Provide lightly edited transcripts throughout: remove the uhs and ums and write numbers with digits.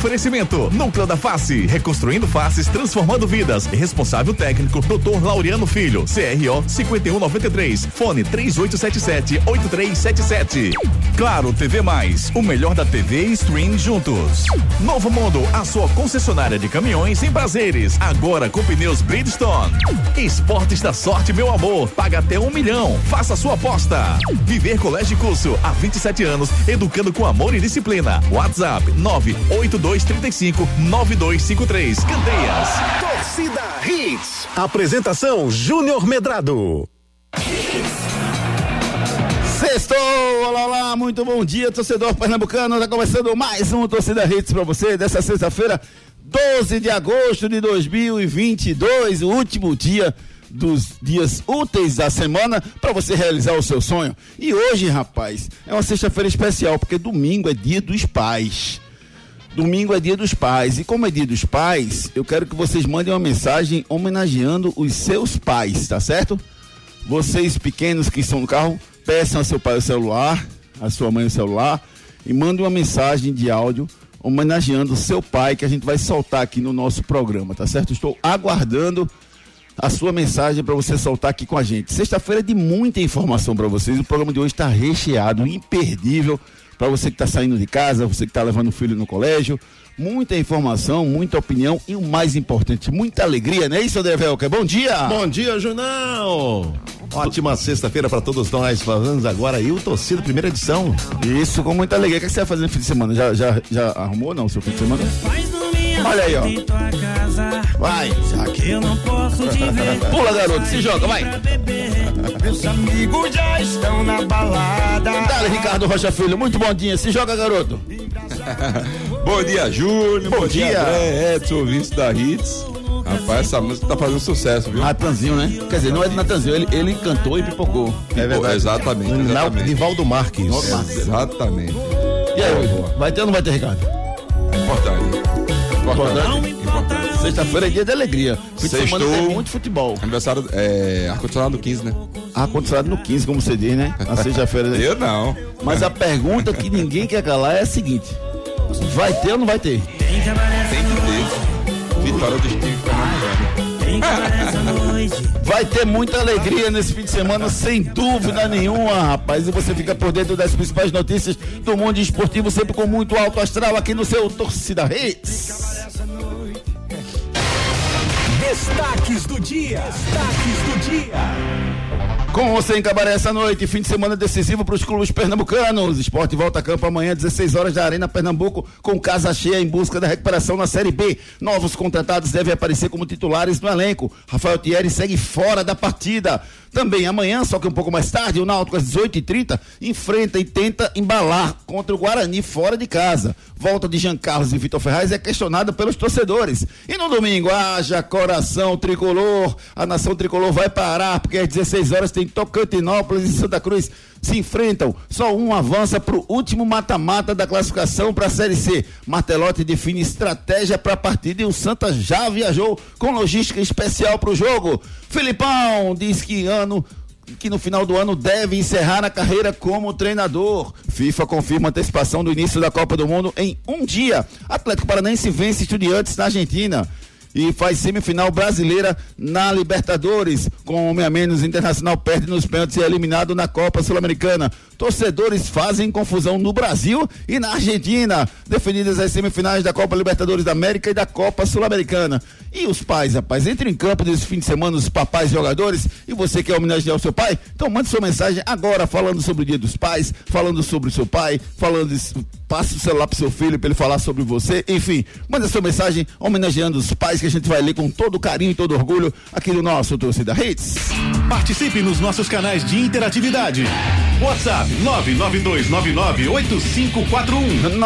Oferecimento: Núcleo da Face, reconstruindo faces, transformando vidas. Responsável técnico: Dr. Laureano Filho, CRO 5193, fone 3877-8377. Claro TV Mais, o melhor da TV e stream juntos. Novo Mundo, a sua concessionária de caminhões em prazeres, agora com pneus Bridgestone. Esportes da Sorte, meu amor, paga até 1 milhão, faça sua aposta. Viver Colégio e Curso, há 27 anos, educando com amor e disciplina. WhatsApp 98235-9253. Candeias. Torcida Hits. Apresentação: Júnior Medrado. Sextou, olá, muito bom dia, torcedor pernambucano. Tá começando mais um Torcida Hits pra você, dessa sexta-feira, 12 de agosto de 2022, o último dia dos dias úteis da semana para você realizar o seu sonho. E hoje, rapaz, é uma sexta-feira especial, porque domingo é dia dos pais. Domingo é dia dos pais, e como é dia dos pais, eu quero que vocês mandem uma mensagem homenageando os seus pais, tá certo? Vocês pequenos que estão no carro, peçam a seu pai o celular, a sua mãe o celular, e mandem uma mensagem de áudio homenageando o seu pai, que a gente vai soltar aqui no nosso programa, tá certo? Estou aguardando a sua mensagem para você soltar aqui com a gente. Sexta-feira é de muita informação para vocês, o programa de hoje está recheado, imperdível, para você que está saindo de casa, você que está levando o filho no colégio. Muita informação, muita opinião e o mais importante, muita alegria, não é isso, André Velker? Bom dia! Bom dia, Junão! Ótima sexta-feira para todos nós. Falamos agora aí o Torcida, primeira edição. Isso, com muita alegria. O que você vai fazer no fim de semana? Já arrumou, não, o seu fim de semana? Olha aí, ó. Vai. Eu não posso te ver. Pula, garoto, se joga, vai. Meus amigos já estão na balada. Dale, Ricardo Rocha Filho, muito bom dia. Se joga, garoto. Bom dia, Júnior. Bom dia, André, Edson, ouvinte da Hits. Rapaz, essa música tá fazendo sucesso, viu? Natanzinho, né? Quer dizer, não é de Natanzinho, ele cantou e pipocou. É verdade. Exatamente. Nivaldo Marques. Exatamente. E aí, vai ter ou não vai ter, Ricardo? Importante. Sexta-feira é dia de alegria. Fim de semana tem muito futebol. Aniversário, ar-condicionado 15, né? Ar-condicionado no 15, como você diz, né? Na sexta-feira. Eu não. Mas a pergunta que ninguém quer calar é a seguinte: vai ter ou não vai ter? Tem que ter. Vitória do time pernambucano. Vai ter muita alegria nesse fim de semana, sem dúvida nenhuma, rapaz. E você fica por dentro das principais notícias do mundo esportivo, sempre com muito alto astral aqui no seu Torcida Hits. Destaques do dia. Com você em Cabaré essa noite, fim de semana decisivo para os clubes pernambucanos. Esporte volta a campo amanhã, 16 horas da Arena Pernambuco, com casa cheia em busca da recuperação na Série B. Novos contratados devem aparecer como titulares no elenco. Rafael Thierry segue fora da partida. Também amanhã, só que um pouco mais tarde, o Náutico às 18h30 enfrenta e tenta embalar contra o Guarani fora de casa. Volta de Jean Carlos e Vitor Ferraz é questionada pelos torcedores. E no domingo, haja coração tricolor. A nação tricolor vai parar, porque às 16 horas tem Tocantinópolis e Santa Cruz se enfrentam. Só um avança para o último mata-mata da classificação para a Série C. Martelotti define estratégia para a partida e o Santa já viajou com logística especial para o jogo. Filipão diz que no final do ano deve encerrar a carreira como treinador. FIFA confirma a antecipação do início da Copa do Mundo em um dia. Atlético Paranaense vence Estudiantes na Argentina e faz semifinal brasileira na Libertadores. Com homem a menos, Internacional perde nos pênaltis e é eliminado na Copa Sul-Americana. Torcedores fazem confusão no Brasil e na Argentina. Definidas as semifinais da Copa Libertadores da América e da Copa Sul-Americana. E os pais, rapaz, entrem em campo nesse fim de semana, os papais jogadores, e você quer homenagear o seu pai? Então mande sua mensagem agora, falando sobre o Dia dos Pais, falando sobre o seu pai, passe o celular pro seu filho para ele falar sobre você, enfim, manda sua mensagem homenageando os pais, que a gente vai ler com todo carinho e todo orgulho aqui no nosso Torcida Hits. Participe nos nossos canais de interatividade. WhatsApp 992998541.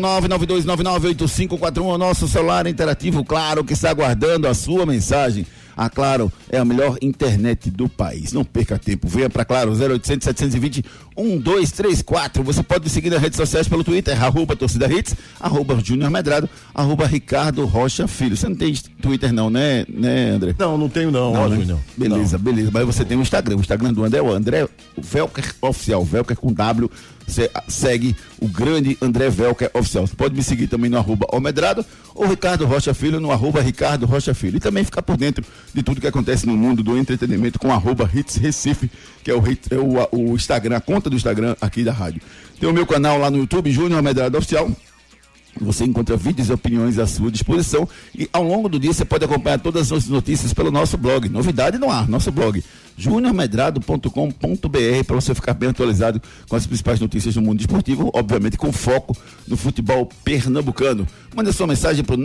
992998541, 992998541, o nosso celular interativo, claro, que está aguardando a sua mensagem. A Claro é a melhor internet do país. Não perca tempo. Venha pra Claro, 0800 720 1234. Você pode me seguir nas redes sociais pelo Twitter, @torcida-hits, @Júnior Medrado, @Ricardo Rocha Filho. Você não tem Twitter não, né, André? Não tenho não, né? Júnior. Beleza. Mas você tem o Instagram do André, o André Velker Oficial, Velker com W. Você segue o grande André Velker Oficial. Você pode me seguir também no @Omedrado ou Ricardo Rocha Filho no @Ricardo Rocha Filho. E também ficar por dentro de tudo que acontece no mundo do entretenimento com @Hits Recife, que é o Instagram, a conta do Instagram aqui da rádio. Tem o meu canal lá no YouTube, Júnior Omedrado Oficial. Você encontra vídeos e opiniões à sua disposição e ao longo do dia você pode acompanhar todas as notícias pelo nosso blog. Novidade no ar, nosso blog juniormedrado.com.br, para você ficar bem atualizado com as principais notícias do mundo esportivo, obviamente com foco no futebol pernambucano. Manda sua mensagem para o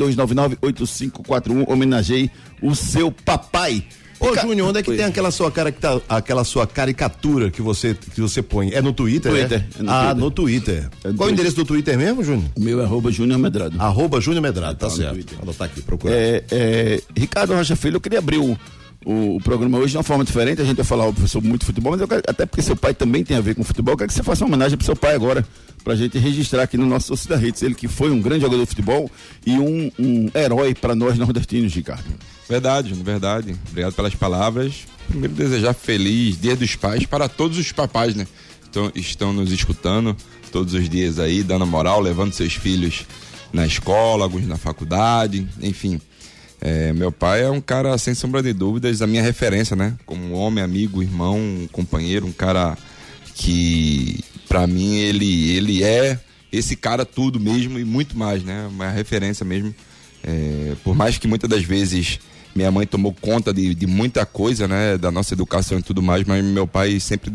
992998541, homenageie o seu papai. Ô, Júnior, onde é que tem aquela sua caricatura que você põe? É no Twitter, Twitter, né? No Twitter. Qual é o endereço do Twitter mesmo, Júnior? O meu é @Júnior Medrado. @Júnior Medrado, tá certo. Vou anotar aqui, procurar. Ricardo Rocha Filho, eu queria abrir o programa hoje de uma forma diferente. A gente vai falar sobre muito futebol, mas até porque seu pai também tem a ver com futebol, eu quero que você faça uma homenagem pro seu pai agora, pra gente registrar aqui no nosso Torcida Hits, ele que foi um grande jogador de futebol e um herói para nós nordestinos, Ricardo. Verdade. Obrigado pelas palavras. Primeiro, desejar feliz Dia dos Pais para todos os papais, né? Estão nos escutando todos os dias aí, dando moral, levando seus filhos na escola, alguns na faculdade, enfim. Meu pai é um cara, sem sombra de dúvidas, a minha referência, né? Como um homem, amigo, irmão, companheiro, um cara que, pra mim, ele é esse cara tudo mesmo e muito mais, né? Uma referência mesmo. Por mais que muitas das vezes minha mãe tomou conta de muita coisa, né? Da nossa educação e tudo mais, mas meu pai sempre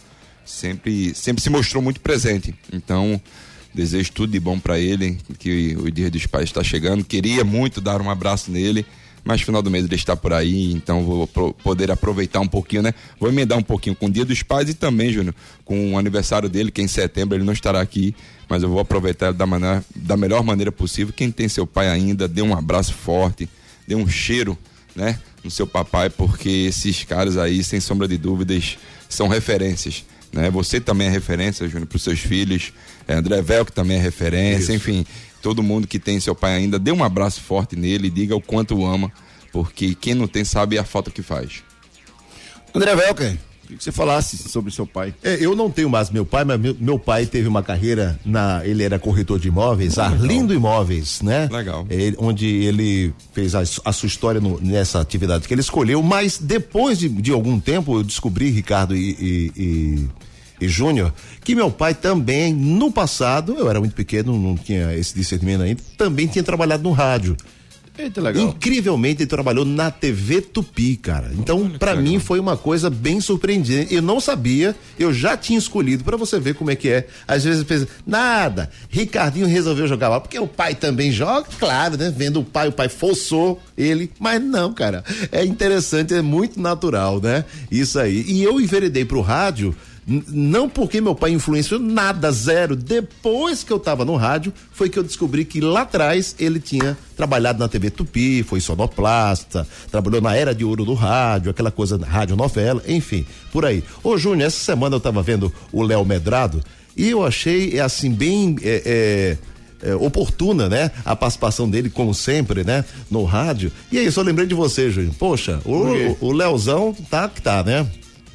se mostrou muito presente. Então, desejo tudo de bom para ele, que o Dia dos Pais está chegando. Queria muito dar um abraço nele, mas final do mês ele está por aí, então vou poder aproveitar um pouquinho, né? Vou emendar um pouquinho com o Dia dos Pais e também, Júnior, com o aniversário dele, que em setembro ele não estará aqui, mas eu vou aproveitar da melhor maneira possível. Quem tem seu pai ainda, dê um abraço forte, dê um cheiro, né, no seu papai, porque esses caras aí, sem sombra de dúvidas, são referências, né? Você também é referência, Júnior, para os seus filhos, André Vel, que também é referência. Isso. Enfim, todo mundo que tem seu pai ainda, dê um abraço forte nele e diga o quanto o ama, porque quem não tem sabe a falta que faz. André Velker, queria que você falasse sobre seu pai. Eu não tenho mais meu pai, mas meu pai teve uma carreira ele era corretor de imóveis, Arlindo Imóveis, né? Legal. Onde ele fez a sua história nessa atividade que ele escolheu, mas depois de algum tempo eu descobri, Ricardo e Júnior, que meu pai também, no passado, eu era muito pequeno, não tinha esse discernimento ainda, também tinha trabalhado no rádio. Eita, legal. Incrivelmente ele trabalhou na TV Tupi, cara. Então, pra mim foi uma coisa bem surpreendente. Eu não sabia, eu já tinha escolhido, pra você ver como é que é. Às vezes eu penso, nada, Ricardinho resolveu jogar lá, porque o pai também joga, claro, né? Vendo o pai forçou ele, mas não, cara. É interessante, é muito natural, né? Isso aí. E eu enveredei pro rádio, não porque meu pai influenciou nada, zero. Depois que eu tava no rádio, foi que eu descobri que lá atrás ele tinha trabalhado na TV Tupi, foi sonoplasta, trabalhou na era de ouro do rádio, aquela coisa, rádio novela, enfim, por aí. Ô Júnior, essa semana eu tava vendo o Léo Medrado e eu achei, assim, bem oportuna, né? A participação dele, como sempre, né? No rádio. E aí, só lembrei de você, Júnior. Poxa, o Leozão tá que tá, né?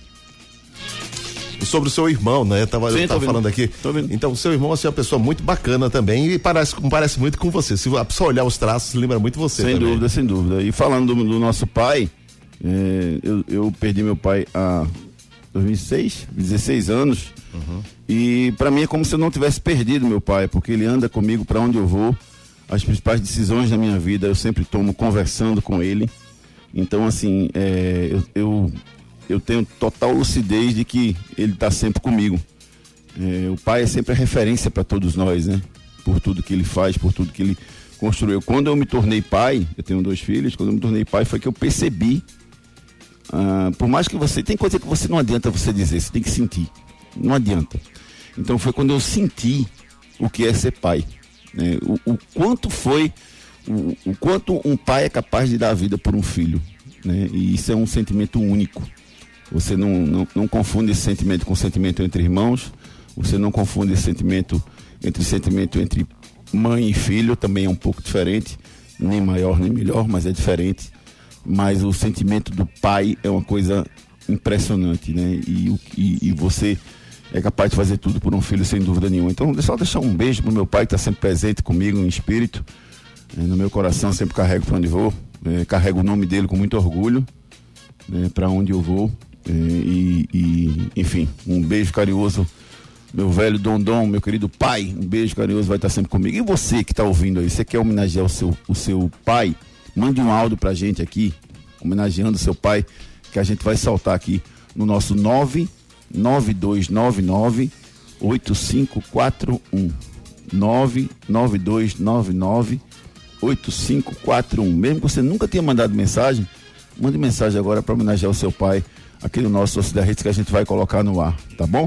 Sobre o seu irmão, né? Eu tava falando aqui. Então, o seu irmão é uma pessoa muito bacana também e parece muito com você. Se a pessoa olhar os traços, lembra muito você. Sem dúvida. E falando do nosso pai, eu perdi meu pai há 2006, 16 anos. Uhum. E para mim é como se eu não tivesse perdido meu pai, porque ele anda comigo para onde eu vou. As principais decisões da minha vida eu sempre tomo conversando com ele. Então, assim, eu tenho total lucidez de que ele está sempre comigo. O pai é sempre a referência para todos nós, né? Por tudo que ele faz, por tudo que ele construiu. Quando eu me tornei pai, eu tenho 2 filhos, quando eu me tornei pai foi que eu percebi, por mais que tem coisa que você não adianta você dizer, você tem que sentir. Não adianta. Então foi quando eu senti o que é ser pai. Né? O quanto um pai é capaz de dar a vida por um filho. né? E isso é um sentimento único. Você não confunde esse sentimento com sentimento entre irmãos, você não confunde esse sentimento entre mãe e filho, também é um pouco diferente, nem maior nem melhor, mas é diferente. Mas o sentimento do pai é uma coisa impressionante, né? E você é capaz de fazer tudo por um filho, sem dúvida nenhuma. Então, só deixar um beijo pro meu pai, que está sempre presente comigo em espírito, no meu coração, sempre carrego para onde vou, carrego o nome dele com muito orgulho, para onde eu vou, enfim, um beijo carinhoso, meu velho Dondon, meu querido pai, um beijo carinhoso, vai estar sempre comigo. E você que está ouvindo aí, você quer homenagear o seu pai, mande um áudio pra gente aqui, homenageando o seu pai, que a gente vai soltar aqui no nosso 99299-8541. 99299-8541. Mesmo que você nunca tenha mandado mensagem, mande mensagem agora para homenagear o seu pai aqui no nosso Torcida Hits, que a gente vai colocar no ar, tá bom?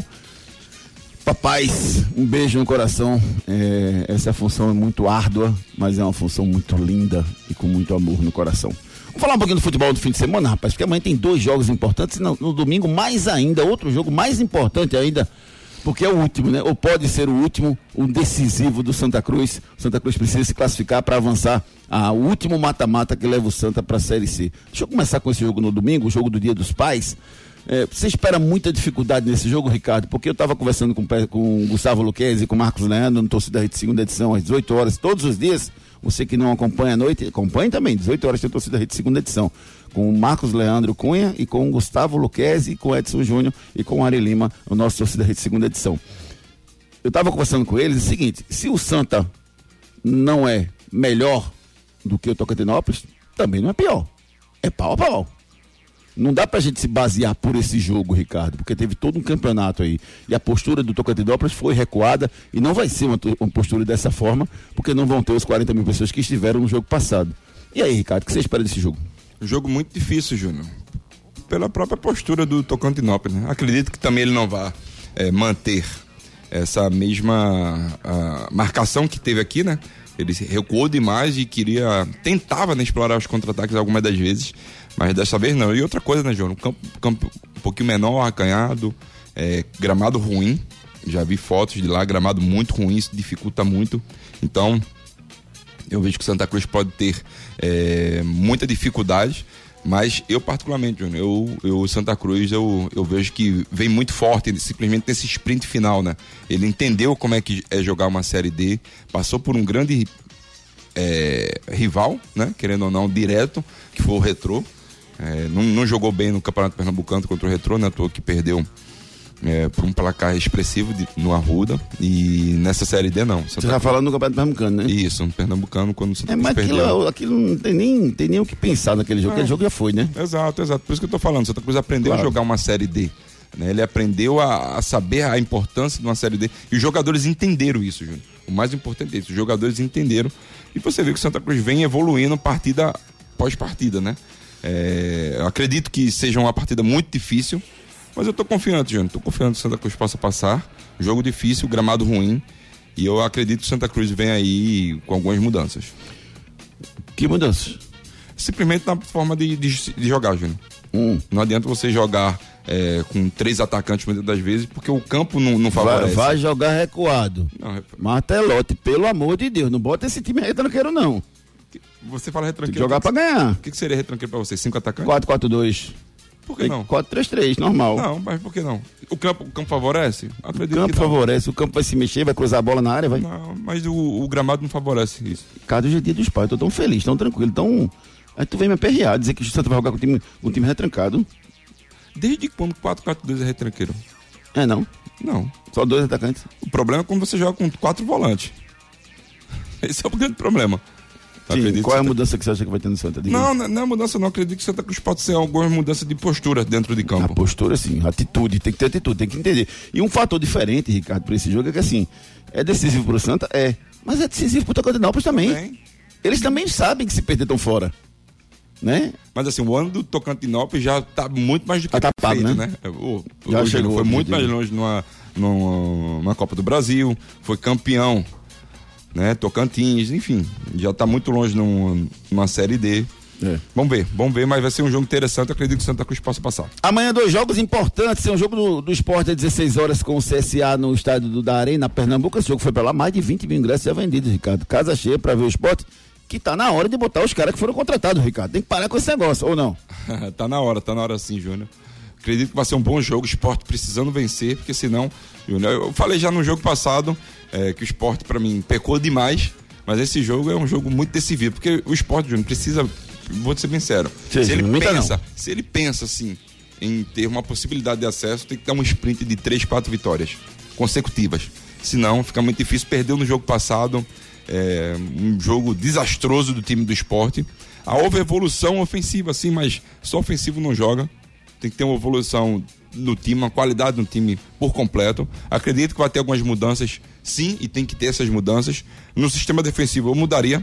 Papais, um beijo no coração. Essa função é muito árdua, mas é uma função muito linda e com muito amor no coração. Vamos falar um pouquinho do futebol do fim de semana, rapaz, porque amanhã tem 2 jogos importantes e no domingo mais ainda, outro jogo mais importante ainda, porque é o último, né? Ou pode ser o último, o decisivo do Santa Cruz. O Santa Cruz precisa se classificar para avançar o último mata-mata que leva o Santa para a Série C. Deixa eu começar com esse jogo no domingo, o jogo do Dia dos Pais. Você espera muita dificuldade nesse jogo, Ricardo? Porque eu estava conversando com o Gustavo Luquezzi e com o Marcos Leandro no Torcida Hits segunda edição, às 18 horas, todos os dias. Você que não acompanha à noite, acompanhe também, 18 horas tem Torcida Hits segunda edição, com o Marcos Leandro Cunha e com o Gustavo Luquezzi, com o Edson Júnior e com o Ari Lima, o nosso Torcida Hits segunda edição. Eu estava conversando com eles, é o seguinte: se o Santa não é melhor do que o Tocantinópolis, também não é pior, é pau a pau. Não dá pra gente se basear por esse jogo, Ricardo, porque teve todo um campeonato aí. E a postura do Tocantinópolis foi recuada e não vai ser uma postura dessa forma, porque não vão ter os 40 mil pessoas que estiveram no jogo passado. E aí, Ricardo, o que você espera desse jogo? Um jogo muito difícil, Júnior. Pela própria postura do Tocantinópolis, né? Acredito que também ele não vai manter essa mesma marcação que teve aqui, né? Ele recuou demais e tentava, né, explorar os contra-ataques algumas das vezes, mas dessa vez não. E outra coisa, né, João? Campo um pouquinho menor, acanhado, gramado ruim. Já vi fotos de lá, gramado muito ruim, isso dificulta muito. Então, eu vejo que o Santa Cruz pode ter muita dificuldade, mas eu particularmente, Júnior, o Santa Cruz, eu vejo que vem muito forte, simplesmente nesse sprint final, né? Ele entendeu como é que é jogar uma Série D, passou por um grande rival, né? Querendo ou não, direto, que foi o Retrô. Não jogou bem no Campeonato Pernambucano contra o Retrô, né? Que perdeu por um placar expressivo no Arruda, e nessa Série D não. Você tá falando no Campeonato Pernambucano, né? Isso, no Pernambucano, quando o Santa Cruz mas perdeu. Aquilo não tem nem o que pensar naquele jogo, aquele jogo já foi, né? Exato, por isso que eu tô falando, o Santa Cruz aprendeu a jogar uma Série D, né? Ele aprendeu a saber a importância de uma Série D, e os jogadores entenderam isso, Júnior. O mais importante é isso, os jogadores entenderam, e você vê que o Santa Cruz vem evoluindo partida após partida, né? Eu acredito que seja uma partida muito difícil, mas eu tô confiante, Júnior. Tô confiante que o Santa Cruz possa passar. Jogo difícil, gramado ruim. E eu acredito que o Santa Cruz vem aí com algumas mudanças. Que mudanças? Simplesmente na forma de jogar, Júnior. Não adianta você jogar com 3 atacantes muitas das vezes, porque o campo não favorece. Vai jogar recuado. Martelote, pelo amor de Deus, não bota esse time retranqueiro, não. Você fala retranqueiro. Tem que jogar pra ganhar. O que seria retranqueiro pra você? 5 atacantes? 4-4-2. Por que não? 4-3-3, normal. Não, mas por que não? O campo favorece? Acredito o campo favorece, o campo vai se mexer, vai cruzar a bola na área, vai. Não, mas o gramado não favorece isso. Cada dia dos pais, eu tô tão feliz, tão tranquilo, tão... Aí tu vem me aperrear, dizer que o Santa vai jogar com o time retrancado. Desde quando 4-4-2 é retranqueiro? Não? Não. Só 2 atacantes? O problema é quando você joga com 4 volantes. Esse é o grande problema. Sim, qual é a mudança que você acha que vai ter no Santa? Não é mudança não, acredito que Santa Cruz pode ser alguma mudança de postura dentro de campo. A postura sim, atitude, tem que ter atitude, tem que entender. E um fator diferente, Ricardo, para esse jogo é que assim, é decisivo pro Santa? Mas é decisivo pro Tocantinópolis também. Eles também sabem que se perder tão fora, né? Mas assim, o ano do Tocantinópolis já tá muito mais do que perfeito, né? Já chegou, foi muito mais longe numa Copa do Brasil, foi campeão, né? Tocantins, enfim, já tá muito longe numa Série D. Vamos ver, mas vai ser um jogo interessante, eu acredito que o Santa Cruz possa passar. Amanhã 2 jogos importantes, tem um jogo do Sport às 16 horas com o CSA no estádio da Arena, Pernambuco. Esse jogo foi pra lá, mais de 20 mil ingressos já vendidos, Ricardo. Casa cheia pra ver o Sport, que tá na hora de botar os caras que foram contratados, Ricardo. Tem que parar com esse negócio, ou não? Tá na hora sim, Júnior. Acredito que vai ser um bom jogo, o Sport precisando vencer, porque senão, Júnior, eu falei já no jogo passado que o Sport pra mim pecou demais, mas esse jogo é um jogo muito decisivo, porque o Sport, Júnior, precisa, vou te ser bem sincero, se ele pensa assim em ter uma possibilidade de acesso, tem que dar um sprint de 3-4 vitórias consecutivas, senão fica muito difícil. Perdeu no jogo passado, um jogo desastroso do time do Sport. Houve evolução ofensiva sim, mas só ofensivo não joga, tem que ter uma evolução no time, uma qualidade no time por completo. Acredito que vai ter algumas mudanças sim, e tem que ter essas mudanças. No sistema defensivo eu mudaria,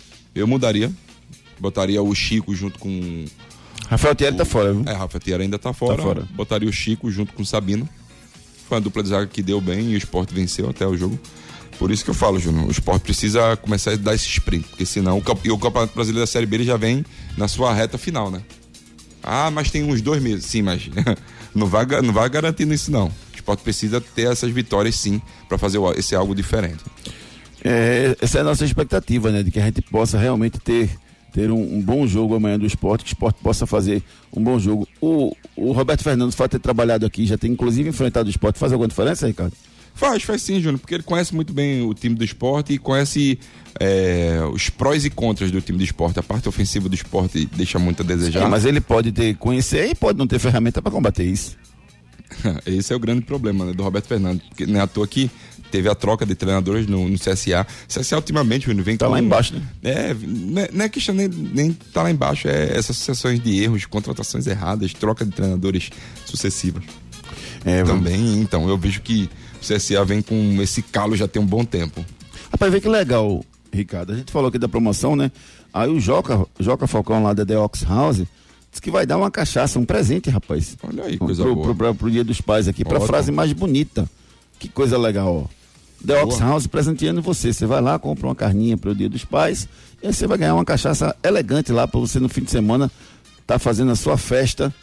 botaria o Chico junto com Rafael Thierry tá fora, viu? Rafael Thierry ainda tá fora. Botaria o Chico junto com o Sabino. Foi uma dupla de zaga que deu bem e o Sport venceu até o jogo. Por isso que eu falo, Júnior, o Sport precisa começar a dar esse sprint, porque senão o Campeonato Brasileiro da Série B ele já vem na sua reta final, né? Mas tem uns 2 meses. Sim, mas não vai garantindo isso não. O Sport precisa ter essas vitórias sim, para fazer esse algo diferente. Essa é a nossa expectativa, né? De que a gente possa realmente ter um bom jogo amanhã do Sport, que o Sport possa fazer um bom jogo. O Roberto Fernandes pode ter trabalhado aqui, já tem inclusive enfrentado o Sport. Faz alguma diferença, Ricardo? Faz sim, Júnior, porque ele conhece muito bem o time do Sport e conhece os prós e contras do time do Sport. A parte ofensiva do Sport deixa muito a desejar. Sim, mas ele pode conhecer e pode não ter ferramenta para combater isso. Esse é o grande problema, né, do Roberto Fernandes, porque não é à toa que teve a troca de treinadores no CSA. CSA ultimamente, Júnior, vem lá embaixo, né? Não é questão nem tá lá embaixo, é essas sucessões de erros, contratações erradas, troca de treinadores sucessivas. Também, então, eu vejo que o CSA vem com esse calo já tem um bom tempo. Rapaz, vê que legal, Ricardo. A gente falou aqui da promoção, né? Aí o Joca Falcão lá da The Ox House disse que vai dar uma cachaça, um presente, rapaz. Olha aí, coisa boa. Pro Dia dos Pais aqui, pra frase mais bonita. Que coisa legal, ó. The Ox House presenteando você. Você vai lá, compra uma carninha pro Dia dos Pais e aí você vai ganhar uma cachaça elegante lá pra você no fim de semana tá fazendo a sua festa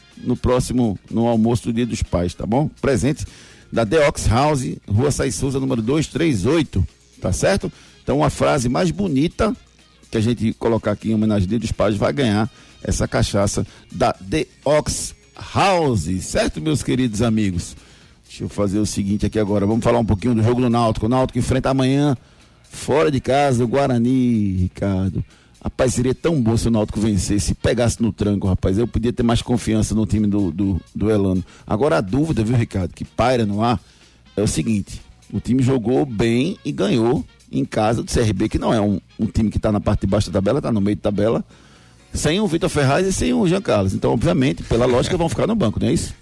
no almoço do Dia dos Pais, tá bom? Presente da The Ox House, Rua Saí Souza, número 238, tá certo? Então, uma frase mais bonita que a gente colocar aqui em homenagem ao Dia dos Pais vai ganhar essa cachaça da The Ox House, certo, meus queridos amigos? Deixa eu fazer o seguinte aqui agora, vamos falar um pouquinho do jogo do Náutico. O Náutico enfrenta amanhã, fora de casa, o Guarani, Ricardo. Rapaz, seria tão bom se o Náutico vencesse, se pegasse no tranco, rapaz. Eu podia ter mais confiança no time do Elano. Agora a dúvida, viu, Ricardo, que paira no ar, é o seguinte: o time jogou bem e ganhou em casa do CRB, que não é um time que está na parte de baixo da tabela, está no meio da tabela, sem o Vitor Ferraz e sem o Jean Carlos. Então, obviamente, pela lógica, vão ficar no banco, não é isso?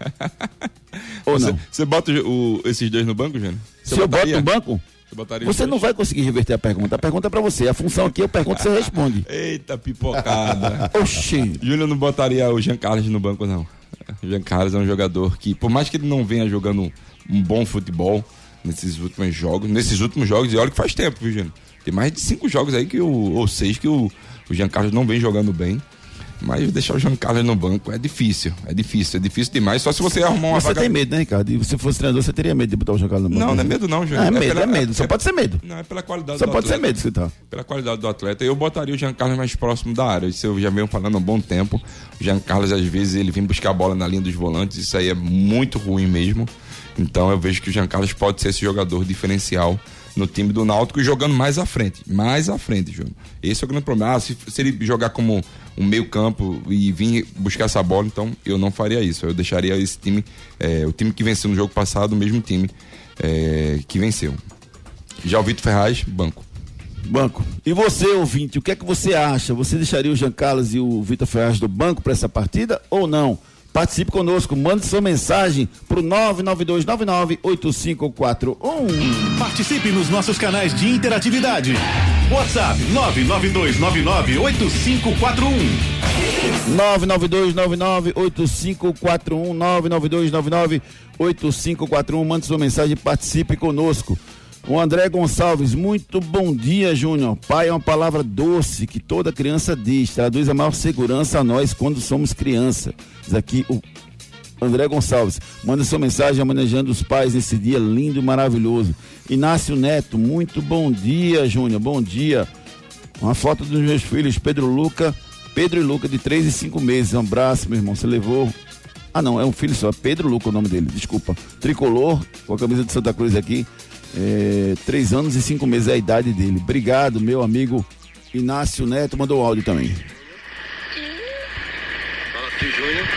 Ou não? Você bota esses dois no banco, Júnior? Se eu boto no banco, você não vai conseguir reverter a pergunta. A pergunta é pra você. A função aqui, eu pergunto, você responde. Eita, pipocada. Oxi. Júnior não botaria o Jean Carlos no banco, não. O Jean Carlos é um jogador que, por mais que ele não venha jogando um bom futebol nesses últimos jogos, e olha que faz tempo, viu, Júnior? Tem mais de 5 jogos aí ou 6 que o Jean Carlos não vem jogando bem. Mas deixar o Jean Carlos no banco é difícil demais, só se você arrumar uma vaga... Você tem medo, né, Ricardo? E se você fosse treinador, você teria medo de botar o Jean Carlos no banco? Não é medo não, Júnior. É medo, só pode ser medo. Não, é pela qualidade só do pode atleta. Ser medo, você tá. Pela qualidade do atleta, eu botaria o Jean Carlos mais próximo da área, isso eu já venho falando há um bom tempo. O Jean Carlos, às vezes, ele vem buscar a bola na linha dos volantes, isso aí é muito ruim mesmo. Então eu vejo que o Jean Carlos pode ser esse jogador diferencial no time do Náutico e jogando mais à frente, Júnior. Esse é o grande problema. Se ele jogar como um meio campo e vir buscar essa bola, então eu não faria isso. Eu deixaria esse time, o time que venceu no jogo passado, o mesmo time que venceu. Já o Vitor Ferraz, banco. E você, ouvinte, o que é que você acha? Você deixaria o Jean Carlos e o Vitor Ferraz do banco para essa partida ou não? Participe conosco, mande sua mensagem pro 992998541. Participe nos nossos canais de interatividade. WhatsApp 992998541. 992998541. 992998541. Mande sua mensagem e participe conosco. O André Gonçalves, muito bom dia, Júnior. Pai é uma palavra doce que toda criança diz, traduz a maior segurança a nós quando somos criança. Diz aqui o André Gonçalves, manda sua mensagem homenageando os pais nesse dia lindo e maravilhoso. Inácio Neto, muito bom dia, Júnior, bom dia. Uma foto dos meus filhos, Pedro e Luca, de 3 e 5 meses. Um abraço, meu irmão, você levou... Ah, não, é um filho só, Pedro Luca é o nome dele, desculpa. Tricolor, com a camisa de Santa Cruz aqui. 3 anos e 5 meses é a idade dele. Obrigado, meu amigo Inácio Neto, mandou áudio também. Fala aqui, Júnior.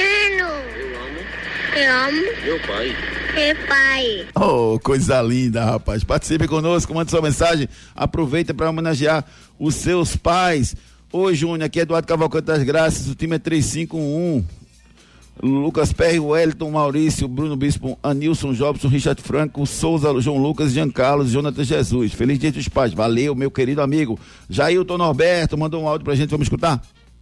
Eu amo. Meu pai. Meu pai. Oh, coisa linda, rapaz. Participe conosco, mande sua mensagem. Aproveita para homenagear os seus pais. Oi, Júnior, aqui é Eduardo Cavalcante das Graças, o time é 351. Lucas Perry, Wellington, Maurício, Bruno Bispo, Anilson, Jobson, Richard Franco, Souza, João Lucas, Jean Carlos, Jonathan Jesus. Feliz Dia dos Pais. Valeu, meu querido amigo. Jailton Norberto mandou um áudio pra gente, vamos escutar?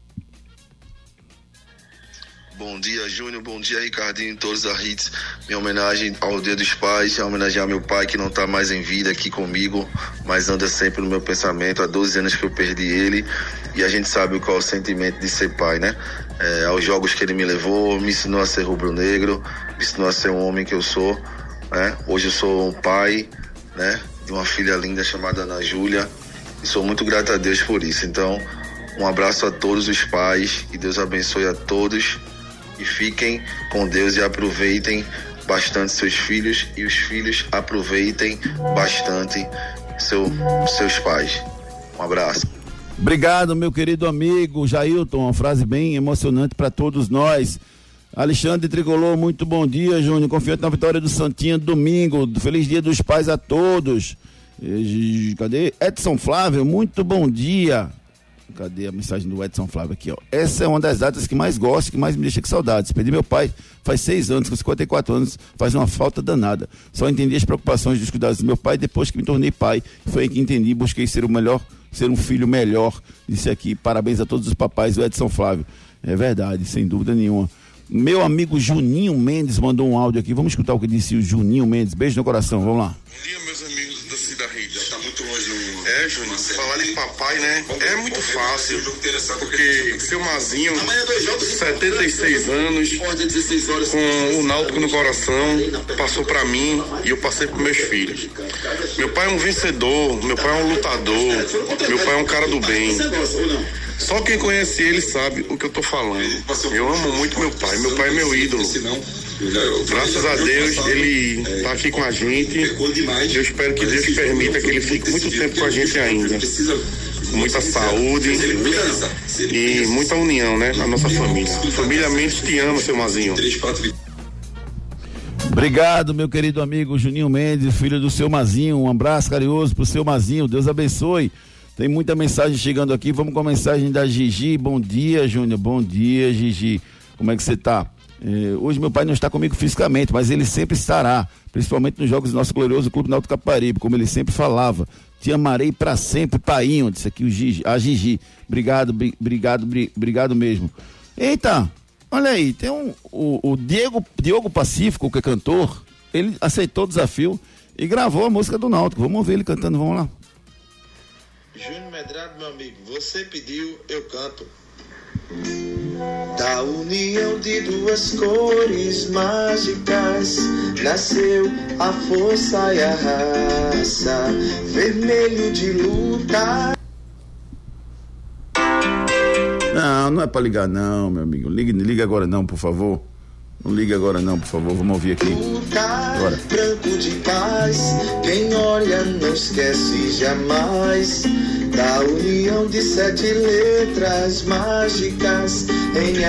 Bom dia, Júnior. Bom dia, Ricardinho, todos da Hits. Minha homenagem ao Dia dos Pais, a homenagear meu pai que não tá mais em vida aqui comigo, mas anda sempre no meu pensamento. Há 12 anos que eu perdi ele e a gente sabe qual é o sentimento de ser pai, né? Aos jogos que ele me levou, me ensinou a ser rubro-negro, me ensinou a ser um homem que eu sou, né? Hoje eu sou um pai, né? De uma filha linda chamada Ana Júlia e sou muito grato a Deus por isso. Então, um abraço a todos os pais, que Deus abençoe a todos. E fiquem com Deus e aproveitem bastante seus filhos e os filhos aproveitem bastante seus pais. Um abraço. Obrigado, meu querido amigo Jailton, uma frase bem emocionante para todos nós. Alexandre Tricolor, muito bom dia, Júnior, confiante na vitória do Santinha domingo, feliz Dia dos Pais a todos. Cadê? Edson Flávio, muito bom dia. Cadê a mensagem do Edson Flávio aqui, ó? Essa é uma das datas que mais gosto, que mais me deixa com saudades. Perdi meu pai faz 6 anos, com 54 anos, faz uma falta danada. Só entendi as preocupações dos cuidados do meu pai depois que me tornei pai. Foi aí que entendi, busquei ser um filho melhor. Disse aqui, parabéns a todos os papais, o Edson Flávio. É verdade, sem dúvida nenhuma. Meu amigo Juninho Mendes mandou um áudio aqui. Vamos escutar o que disse o Juninho Mendes. Beijo no coração, vamos lá. Bom dia, meus amigos da Cidade Hits. Tá muito longe no... Júnior, falar de papai, né? É muito fácil, porque seu Mazinho, 76 anos, com o Náutico no coração, passou pra mim e eu passei pros meus filhos. Meu pai é um vencedor, meu pai é um lutador, meu pai é um cara do bem. Só quem conhece ele sabe o que eu tô falando. Eu amo muito meu pai é meu ídolo. Graças a Deus ele tá aqui com a gente. Eu espero que Deus permita que ele fique muito tempo com a gente ainda. Com muita saúde e muita união, né? Na nossa família. Família Mendes te ama, seu Mazinho. Obrigado, meu querido amigo Juninho Mendes, filho do seu Mazinho. Um abraço carinhoso pro seu Mazinho. Deus abençoe. Tem muita mensagem chegando aqui. Vamos com a mensagem da Gigi. Bom dia, Júnior. Bom dia, Gigi. Como é que você tá? Hoje meu pai não está comigo fisicamente, mas ele sempre estará, principalmente nos jogos do nosso glorioso Clube Náutico Caparibe, como ele sempre falava. Te amarei pra sempre, painho. Disse aqui a Gigi. Obrigado mesmo. Eita, olha aí, tem o Diogo Pacífico, que é cantor, ele aceitou o desafio e gravou a música do Náutico. Vamos ouvir ele cantando, vamos lá. Júnior Medrado, meu amigo, você pediu, eu canto. Da união de duas cores mágicas nasceu a força e a raça, vermelho de luta. Não é pra ligar não, meu amigo. Liga agora não, por favor. Não liga agora não, por favor. Vamos ouvir aqui. Agora. Branco de paz, quem olha não esquece jamais. Da união de 7 letras mágicas em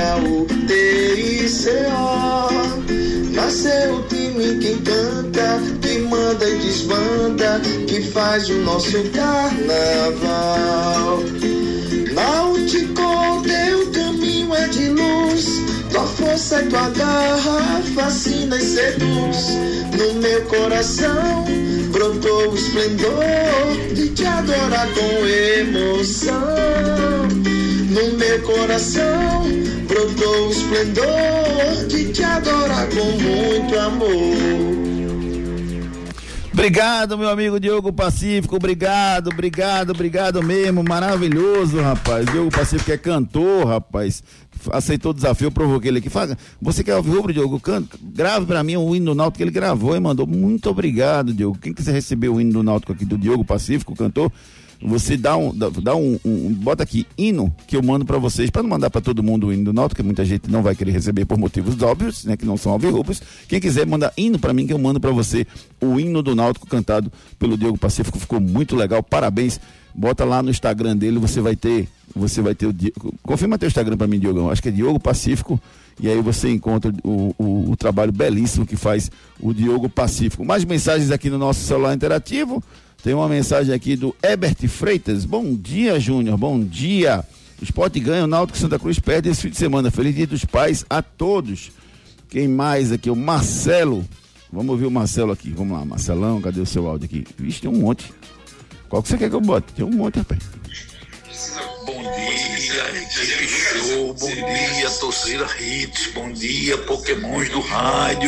A-U-T-I-C-O. Nasceu o time que canta, que manda e desbanda, que faz o nosso carnaval. Náutico, teu caminho é de luz, tua força e tua garra fascina e seduz. No meu coração brotou o esplendor de te adorar com emoção. No meu coração brotou o esplendor de te adorar com muito amor. Obrigado, meu amigo Diogo Pacífico, obrigado mesmo, maravilhoso, rapaz. Diogo Pacífico é cantor, rapaz. Aceitou o desafio, eu provoquei ele aqui. Fala, você quer ouvir o Diogo? Grave pra mim o hino do Náutico que ele gravou e mandou. Muito obrigado, Diogo. Quem quiser receber o hino do Náutico aqui do Diogo Pacífico, cantor, você bota aqui, hino, que eu mando pra vocês, pra não mandar pra todo mundo o hino do Náutico, que muita gente não vai querer receber por motivos óbvios, né, que não são alvirrubros. Quem quiser mandar hino pra mim, que eu mando pra você o hino do Náutico cantado pelo Diogo Pacífico, ficou muito legal, parabéns. Bota lá no Instagram dele, você vai ter o confirma teu Instagram pra mim, Diogão, acho que é Diogo Pacífico, e aí você encontra o trabalho belíssimo que faz o Diogo Pacífico. Mais mensagens aqui no nosso celular interativo. Tem uma mensagem aqui do Herbert Freitas. Bom dia, Júnior, bom dia. O Sport ganha, o Náutico Santa Cruz perde esse fim de semana. Feliz Dia dos Pais a todos. Quem mais aqui? O Marcelo. Vamos ouvir o Marcelo aqui. Vamos lá, Marcelão, cadê o seu áudio aqui? Vixe, tem um monte. Qual que você quer que eu bote? Tem um monte, rapaz. Bom dia, equipe show. Bom dia, torcida Hits. Bom dia, Pokémons do rádio.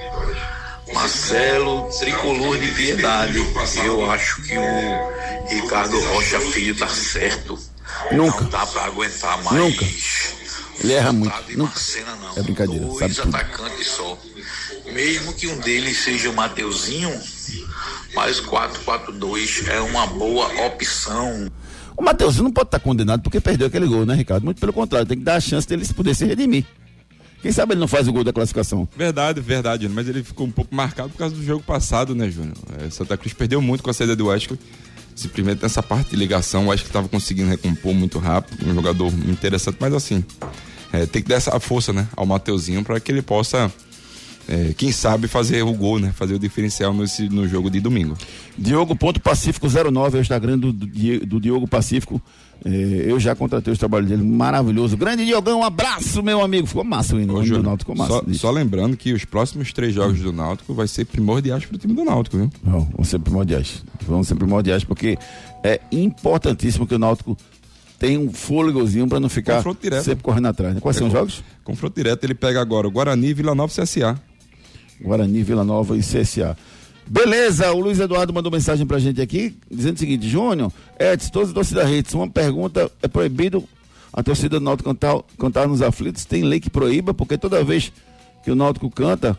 Marcelo, tricolor de piedade. Eu acho que o Ricardo Rocha Filho tá certo. Nunca. Não dá pra aguentar mais. Nunca. Ele erra muito. Nunca. Marcena, não. É brincadeira. Dois atacantes só. Mesmo que um deles seja o Mateuzinho, mas 4-4-2 é uma boa opção. O Mateuzinho não pode estar condenado porque perdeu aquele gol, né, Ricardo? Muito pelo contrário, tem que dar a chance dele poder se redimir. Quem sabe ele não faz o gol da classificação. Verdade, mas ele ficou um pouco marcado por causa do jogo passado, né, Júnior? Santa Cruz perdeu muito com a saída do Wesley. Simplesmente nessa parte de ligação, o Wesley estava conseguindo recompor muito rápido, um jogador interessante, mas assim, tem que dar essa força, né, ao Mateuzinho para que ele possa, quem sabe, fazer o gol, né, fazer o diferencial no jogo de domingo. Diogo.Pacífico09 é o Instagram do Diogo Pacífico. Eu já contratei os trabalhos dele, maravilhoso. Grande Diogão, um abraço, meu amigo. Ficou massa o hino do Náutico, ficou massa. Só lembrando que os próximos 3 jogos do Náutico vai ser primordiais para o time do Náutico, viu? Não, vão ser primordiais porque é importantíssimo que o Náutico tenha um fôlegozinho para não ficar sempre correndo atrás, né? Quais são os jogos? Confronto direto, ele pega agora o Guarani, Vila Nova e CSA. Guarani, Vila Nova e CSA. Beleza, o Luiz Eduardo mandou mensagem pra gente aqui, dizendo o seguinte: Júnior, Edson, todos os torcida Hits, uma pergunta, é proibido a torcida do Náutico cantar nos aflitos? Tem lei que proíba? Porque toda vez que o Náutico canta...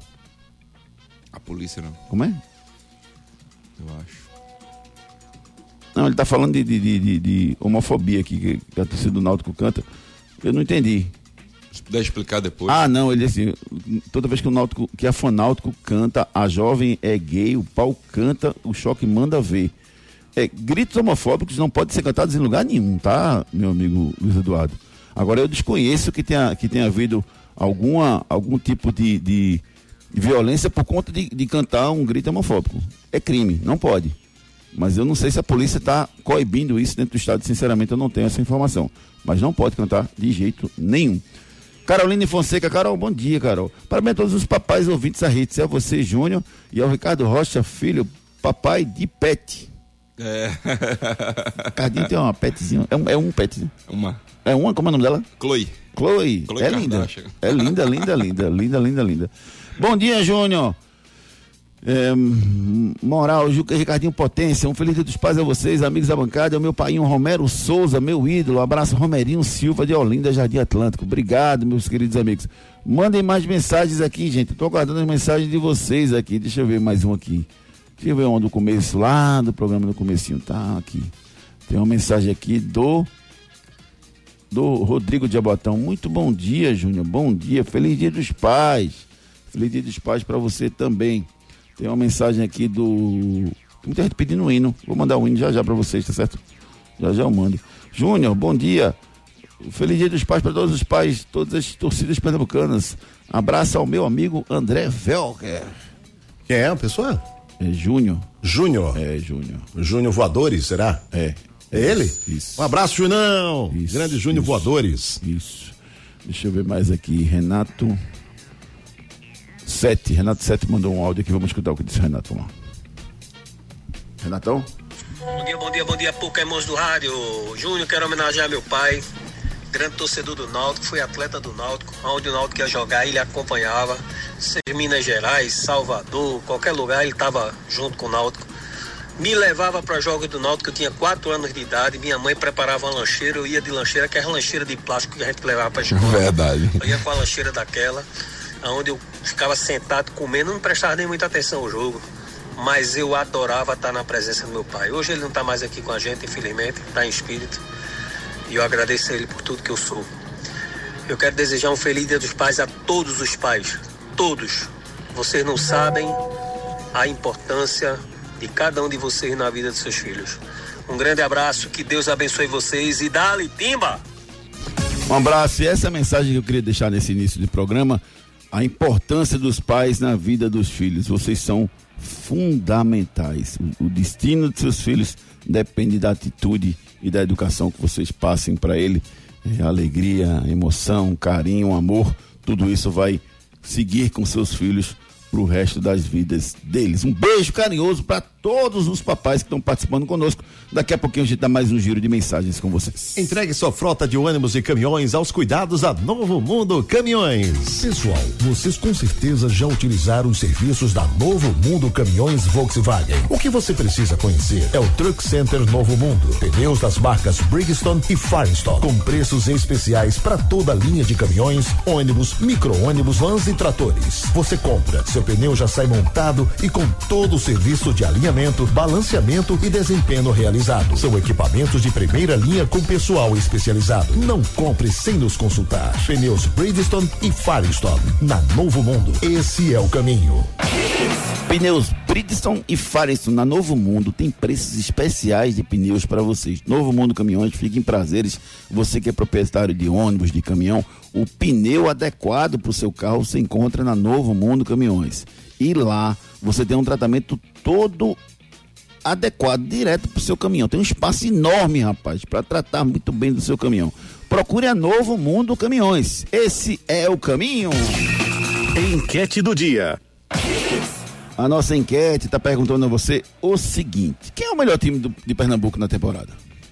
A polícia não. Como é? Eu acho. Não, ele tá falando de homofobia aqui, que a torcida do Náutico canta. Eu não entendi. Se puder explicar depois. Ah, não, ele assim, toda vez que o Náutico, que a Fanáutico canta, a jovem é gay, o pau canta, o choque manda ver. Gritos homofóbicos não podem ser cantados em lugar nenhum, tá, meu amigo Luiz Eduardo? Agora, eu desconheço que tenha havido algum tipo de violência por conta de cantar um grito homofóbico. É crime, não pode. Mas eu não sei se a polícia está coibindo isso dentro do estado, sinceramente eu não tenho essa informação. Mas não pode cantar de jeito nenhum. Caroline Fonseca, Carol, bom dia, Carol. Parabéns a todos os papais ouvintes da Hits, a você, Júnior, e ao Ricardo Rocha, filho, papai de pet. Ricardinho tem uma petzinha, é um petzinho. É uma, como é o nome dela? Chloe. É linda. É linda. Bom dia, Júnior. Moral, Juca e Ricardinho Potência, um feliz Dia dos Pais a vocês, amigos da bancada, é o meu painho Romero Souza, meu ídolo, abraço Romerinho Silva de Olinda, Jardim Atlântico. Obrigado, meus queridos amigos. Mandem mais mensagens aqui, gente, eu tô aguardando as mensagens de vocês aqui. Deixa eu ver mais um aqui. Deixa eu ver um do começo, lá do programa do comecinho, tá aqui. Tem uma mensagem aqui do Rodrigo de Abotão. Muito bom dia, Júnior, bom dia, feliz Dia dos Pais. Feliz Dia dos Pais pra você também. Tem uma mensagem aqui muita gente pedindo um hino. Vou mandar um hino já pra vocês, tá certo? Já eu mando. Júnior, bom dia. Feliz Dia dos Pais para todos os pais, todas as torcidas pernambucanas. Abraço ao meu amigo André Velker. Quem é a pessoa? É Júnior. Júnior? É, Júnior. Júnior Voadores, será? É. É ele? Isso. Um abraço, Junão. Isso, grande Júnior Voadores. Isso. Deixa eu ver mais aqui. Renato Sete mandou um áudio aqui, vamos escutar o que disse o Renato. Vamos lá. Renatão? Bom dia, Pokémons do rádio. Júnior, quero homenagear meu pai, grande torcedor do Náutico, fui atleta do Náutico, onde o Náutico ia jogar, ele acompanhava, seja Minas Gerais, Salvador, qualquer lugar, ele estava junto com o Náutico. Me levava para jogos do Náutico, eu tinha 4 anos de idade, minha mãe preparava uma lancheira, eu ia de lancheira, que era lancheira de plástico que a gente levava para a escola. Verdade. Eu ia com a lancheira daquela, onde eu ficava sentado comendo, não prestava nem muita atenção ao jogo, mas eu adorava estar na presença do meu pai. Hoje ele não está mais aqui com a gente, infelizmente, está em espírito, e eu agradeço a ele por tudo que eu sou. Eu quero desejar um feliz Dia dos Pais a todos os pais, todos. Vocês não sabem a importância de cada um de vocês na vida dos seus filhos. Um grande abraço, que Deus abençoe vocês e dá-lhe timba! Um abraço, e essa é a mensagem que eu queria deixar nesse início de programa, a importância dos pais na vida dos filhos. Vocês são fundamentais. O destino de seus filhos depende da atitude e da educação que vocês passem para ele. Alegria, emoção, carinho, amor, tudo isso vai seguir com seus filhos pro resto das vidas deles. Um beijo carinhoso para todos os papais que estão participando conosco. Daqui a pouquinho a gente dá mais um giro de mensagens com vocês. Entregue sua frota de ônibus e caminhões aos cuidados da Novo Mundo Caminhões. Pessoal, vocês com certeza já utilizaram os serviços da Novo Mundo Caminhões Volkswagen. O que você precisa conhecer é o Truck Center Novo Mundo. Pneus das marcas Bridgestone e Firestone, com preços especiais para toda a linha de caminhões, ônibus, micro-ônibus, vans e tratores. Você compra, seu pneu já sai montado e com todo o serviço de alinhamento, balanceamento e desempenho realizado. São equipamentos de primeira linha com pessoal especializado. Não compre sem nos consultar. Pneus Bridgestone e Firestone na Novo Mundo. Esse é o caminho. Pneus Bridgestone e Firestone na Novo Mundo tem preços especiais de pneus para vocês. Novo Mundo Caminhões, fica em prazeres. Você que é proprietário de ônibus, de caminhão, o pneu adequado para o seu carro você encontra na Novo Mundo Caminhões. E lá você tem um tratamento todo adequado, direto para o seu caminhão. Tem um espaço enorme, rapaz, para tratar muito bem do seu caminhão. Procure a Novo Mundo Caminhões. Esse é o caminho. Enquete do dia. A nossa enquete está perguntando a você o seguinte: quem é o melhor time de Pernambuco na temporada?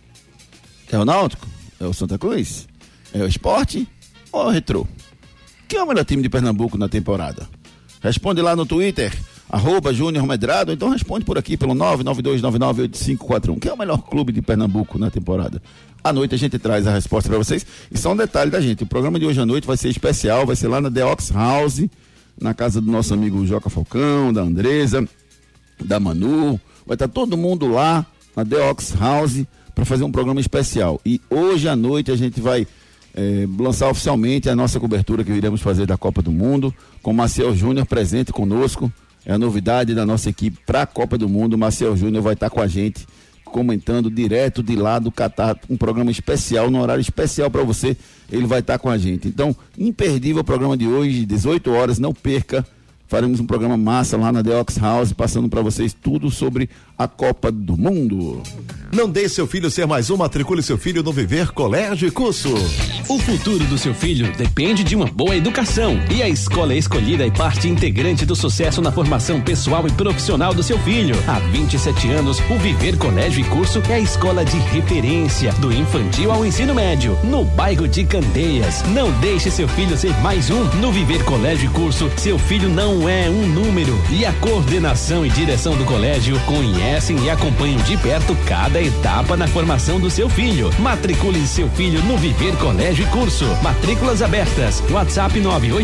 É o Náutico? É o Santa Cruz? É o Sport? Ou é o Retrô? Quem é o melhor time de Pernambuco na temporada? Responde lá no Twitter, @Júnior Medrado, então responde por aqui pelo 992998541. Quem é o melhor clube de Pernambuco na temporada? À noite a gente traz a resposta para vocês. E só um detalhe da gente: o programa de hoje à noite vai ser especial, vai ser lá na The Ox House, na casa do nosso amigo Joca Falcão, da Andresa, da Manu. Vai estar todo mundo lá na The Ox House para fazer um programa especial. E hoje à noite a gente vai lançar oficialmente a nossa cobertura que iremos fazer da Copa do Mundo, com Maciel Júnior presente conosco. É a novidade da nossa equipe para a Copa do Mundo. Maciel Júnior vai estar com a gente, comentando direto de lá do Catar, um programa especial, num horário especial para você. Ele vai estar com a gente. Então, imperdível o programa de hoje, 18 horas, não perca. Faremos um programa massa lá na The Ox House, passando para vocês tudo sobre a Copa do Mundo. Não deixe seu filho ser mais um, matricule seu filho no Viver Colégio e Curso. O futuro do seu filho depende de uma boa educação, e a escola escolhida é parte integrante do sucesso na formação pessoal e profissional do seu filho. Há 27 anos, o Viver Colégio e Curso é a escola de referência do infantil ao ensino médio, no bairro de Candeias. Não deixe seu filho ser mais um. No Viver Colégio e Curso, seu filho não é um número, e a coordenação e direção do colégio conhecem e acompanham de perto cada etapa na formação do seu filho. Matricule seu filho no Viver Colégio e Curso. Matrículas abertas. WhatsApp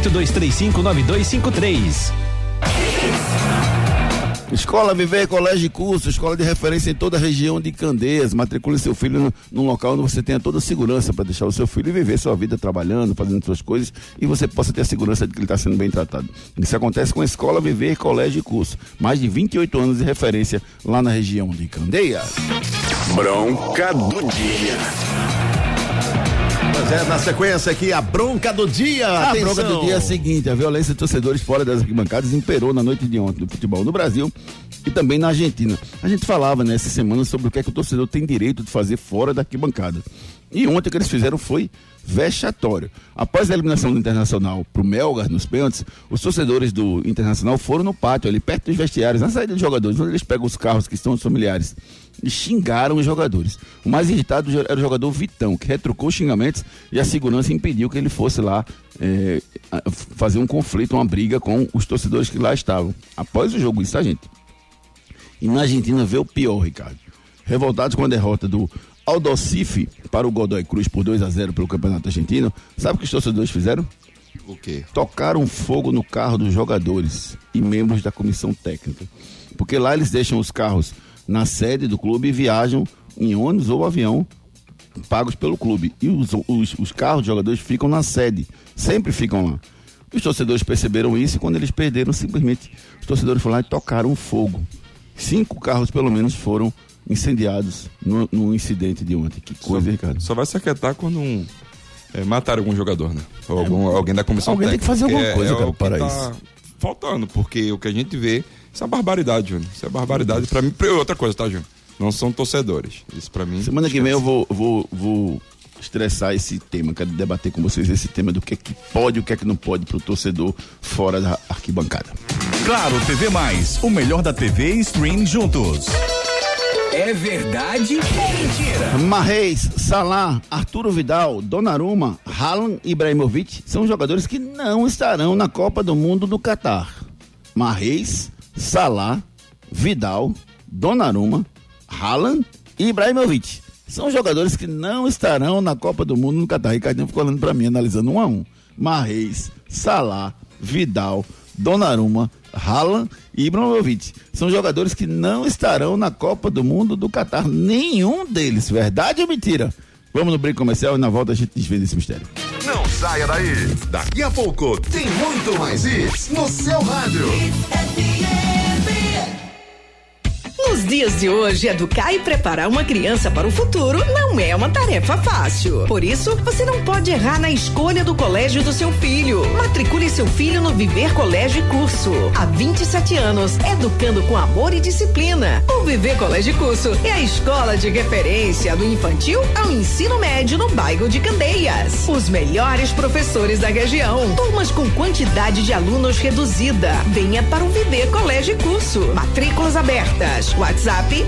982359253. Escola Viver Colégio e Curso, escola de referência em toda a região de Candeias. Matricule seu filho num local onde você tenha toda a segurança para deixar o seu filho viver sua vida trabalhando, fazendo suas coisas, e você possa ter a segurança de que ele está sendo bem tratado. Isso acontece com a Escola Viver Colégio e Curso. Mais de 28 anos de referência lá na região de Candeias. Bronca do dia. Pois é, na sequência aqui, a bronca do dia. A Atenção. bronca do dia é a seguinte: a violência de torcedores fora das arquibancadas imperou na noite de ontem no futebol no Brasil e também na Argentina. A gente falava nessa semana sobre o que é que o torcedor tem direito de fazer fora da arquibancada. E ontem o que eles fizeram foi vexatório. Após a eliminação do Internacional pro Melgar nos pênaltis, os torcedores do Internacional foram no pátio, ali perto dos vestiários, na saída dos jogadores, onde eles pegam os carros que estão os familiares, e xingaram os jogadores. O mais irritado era o jogador Vitão, que retrucou os xingamentos e a segurança impediu que ele fosse lá fazer um conflito, uma briga com os torcedores que lá estavam. Após o jogo, isso, tá, gente? E na Argentina veio o pior, Ricardo. Revoltados com a derrota do Aldosife para o Godoy Cruz por 2-0 pelo Campeonato Argentino, sabe o que os torcedores fizeram? O quê? Tocaram fogo no carro dos jogadores e membros da comissão técnica. Porque lá eles deixam os carros na sede do clube e viajam em ônibus ou avião pagos pelo clube. E os carros de jogadores ficam na sede, sempre ficam lá. Os torcedores perceberam isso e quando eles perderam, simplesmente os torcedores foram lá e tocaram fogo. 5 carros pelo menos foram incendiados no incidente de ontem. Que coisa, Ricardo. Só vai se aquietar quando matar algum jogador, né? Ou alguém da comissão técnica. Alguém tem que fazer alguma coisa, cara, para isso. Faltando, porque o que a gente vê, isso é barbaridade, Júnior. Isso é barbaridade pra mim. Outra coisa, tá, Júnior? Não são torcedores. Isso pra mim. Semana que vem eu vou estressar esse tema, quero debater com vocês esse tema do que é que pode e o que é que não pode pro torcedor fora da arquibancada. Claro, TV Mais, o melhor da TV e stream juntos. É verdade ou mentira? Mahrez, Salah, Arturo Vidal, Donnarumma, Haaland e Ibrahimovic são jogadores que não estarão na Copa do Mundo do Catar. Mahrez, Salah, Vidal, Donnarumma, Haaland e Ibrahimovic são jogadores que não estarão na Copa do Mundo no Catar. Ricardinho ficou olhando pra mim, analisando 1 a 1. Mahrez, Salah, Vidal, Donnarumma, Haaland e Ibrahimovic são jogadores que não estarão na Copa do Mundo do Catar. Nenhum deles. Verdade ou mentira? Vamos no break comercial e na volta a gente desvenda esse mistério. Não saia daí. Daqui a pouco tem muito mais isso no seu rádio. Nos dias de hoje, educar e preparar uma criança para o futuro não é uma tarefa fácil. Por isso, você não pode errar na escolha do colégio do seu filho. Matricule seu filho no Viver Colégio e Curso. Há 27 anos, educando com amor e disciplina. O Viver Colégio e Curso é a escola de referência do infantil ao ensino médio no bairro de Candeias. Os melhores professores da região. Turmas com quantidade de alunos reduzida. Venha para o Viver Colégio e Curso. Matrículas abertas. WhatsApp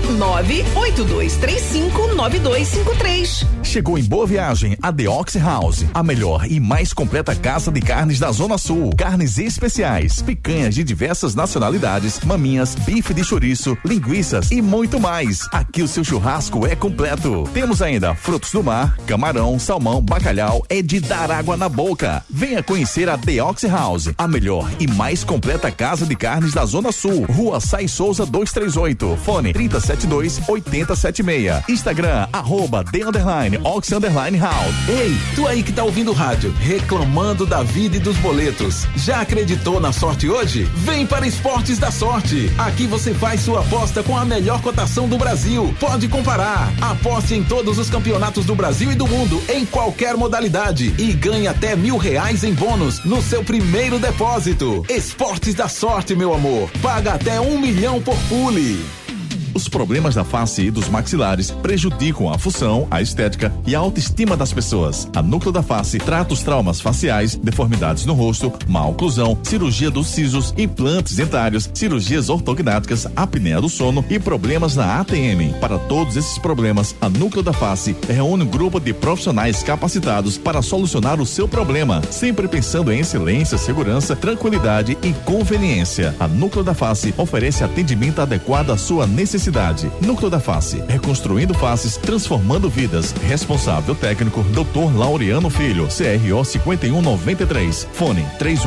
982359253. Chegou em Boa Viagem a The Ox House, a melhor e mais completa casa de carnes da Zona Sul. Carnes especiais, picanhas de diversas nacionalidades, maminhas, bife de chouriço, linguiças e muito mais. Aqui o seu churrasco é completo. Temos ainda frutos do mar, camarão, salmão, bacalhau, é de dar água na boca. Venha conhecer a The Ox House, a melhor e mais completa casa de carnes da Zona Sul. Rua Sai Souza 238. Fone 3072-8076. Instagram, @the_Ox_House. Ei, tu aí que tá ouvindo o rádio, reclamando da vida e dos boletos. Já acreditou na sorte hoje? Vem para Esportes da Sorte. Aqui você faz sua aposta com a melhor cotação do Brasil. Pode comparar. Aposte em todos os campeonatos do Brasil e do mundo, em qualquer modalidade. E ganhe até R$1.000 em bônus no seu primeiro depósito. Esportes da Sorte, meu amor. Paga até R$1 milhão por pule. Os problemas da face e dos maxilares prejudicam a função, a estética e a autoestima das pessoas. A Núcleo da Face trata os traumas faciais, deformidades no rosto, má oclusão, cirurgia dos sisos, implantes dentários, cirurgias ortognáticas, apneia do sono e problemas na ATM. Para todos esses problemas, a Núcleo da Face reúne um grupo de profissionais capacitados para solucionar o seu problema, sempre pensando em excelência, segurança, tranquilidade e conveniência. A Núcleo da Face oferece atendimento adequado à sua necessidade. Núcleo da Face, reconstruindo faces, transformando vidas. Responsável técnico, Dr. Laureano Filho, CRO 5193. Fone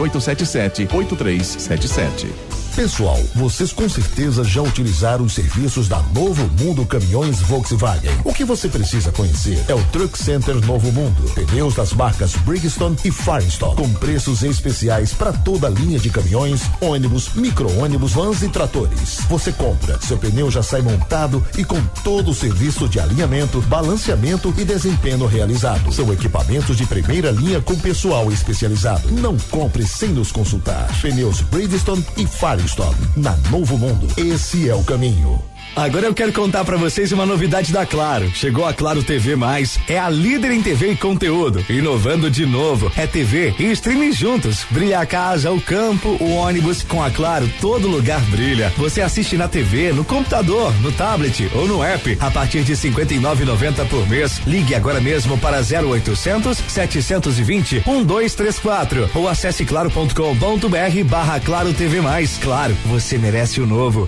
3877-8377. Pessoal, vocês com certeza já utilizaram os serviços da Novo Mundo Caminhões Volkswagen. O que você precisa conhecer é o Truck Center Novo Mundo. Pneus das marcas Bridgestone e Firestone, com preços especiais para toda a linha de caminhões, ônibus, micro-ônibus, vans e tratores. Você compra, seu pneu já sai montado e com todo o serviço de alinhamento, balanceamento e desempenho realizado. São equipamentos de primeira linha com pessoal especializado. Não compre sem nos consultar. Pneus Bridgestone e Firestone, na Novo Mundo. Esse é o caminho. Agora eu quero contar pra vocês uma novidade da Claro. Chegou a Claro TV+, é a líder em TV e conteúdo. Inovando de novo, é TV e streaming juntos. Brilha a casa, o campo, o ônibus. Com a Claro, todo lugar brilha. Você assiste na TV, no computador, no tablet ou no app. A partir de R$ 59,90 por mês. Ligue agora mesmo para 0800 720 1234 ou acesse claro.com.br/Claro TV+. Claro, você merece o novo.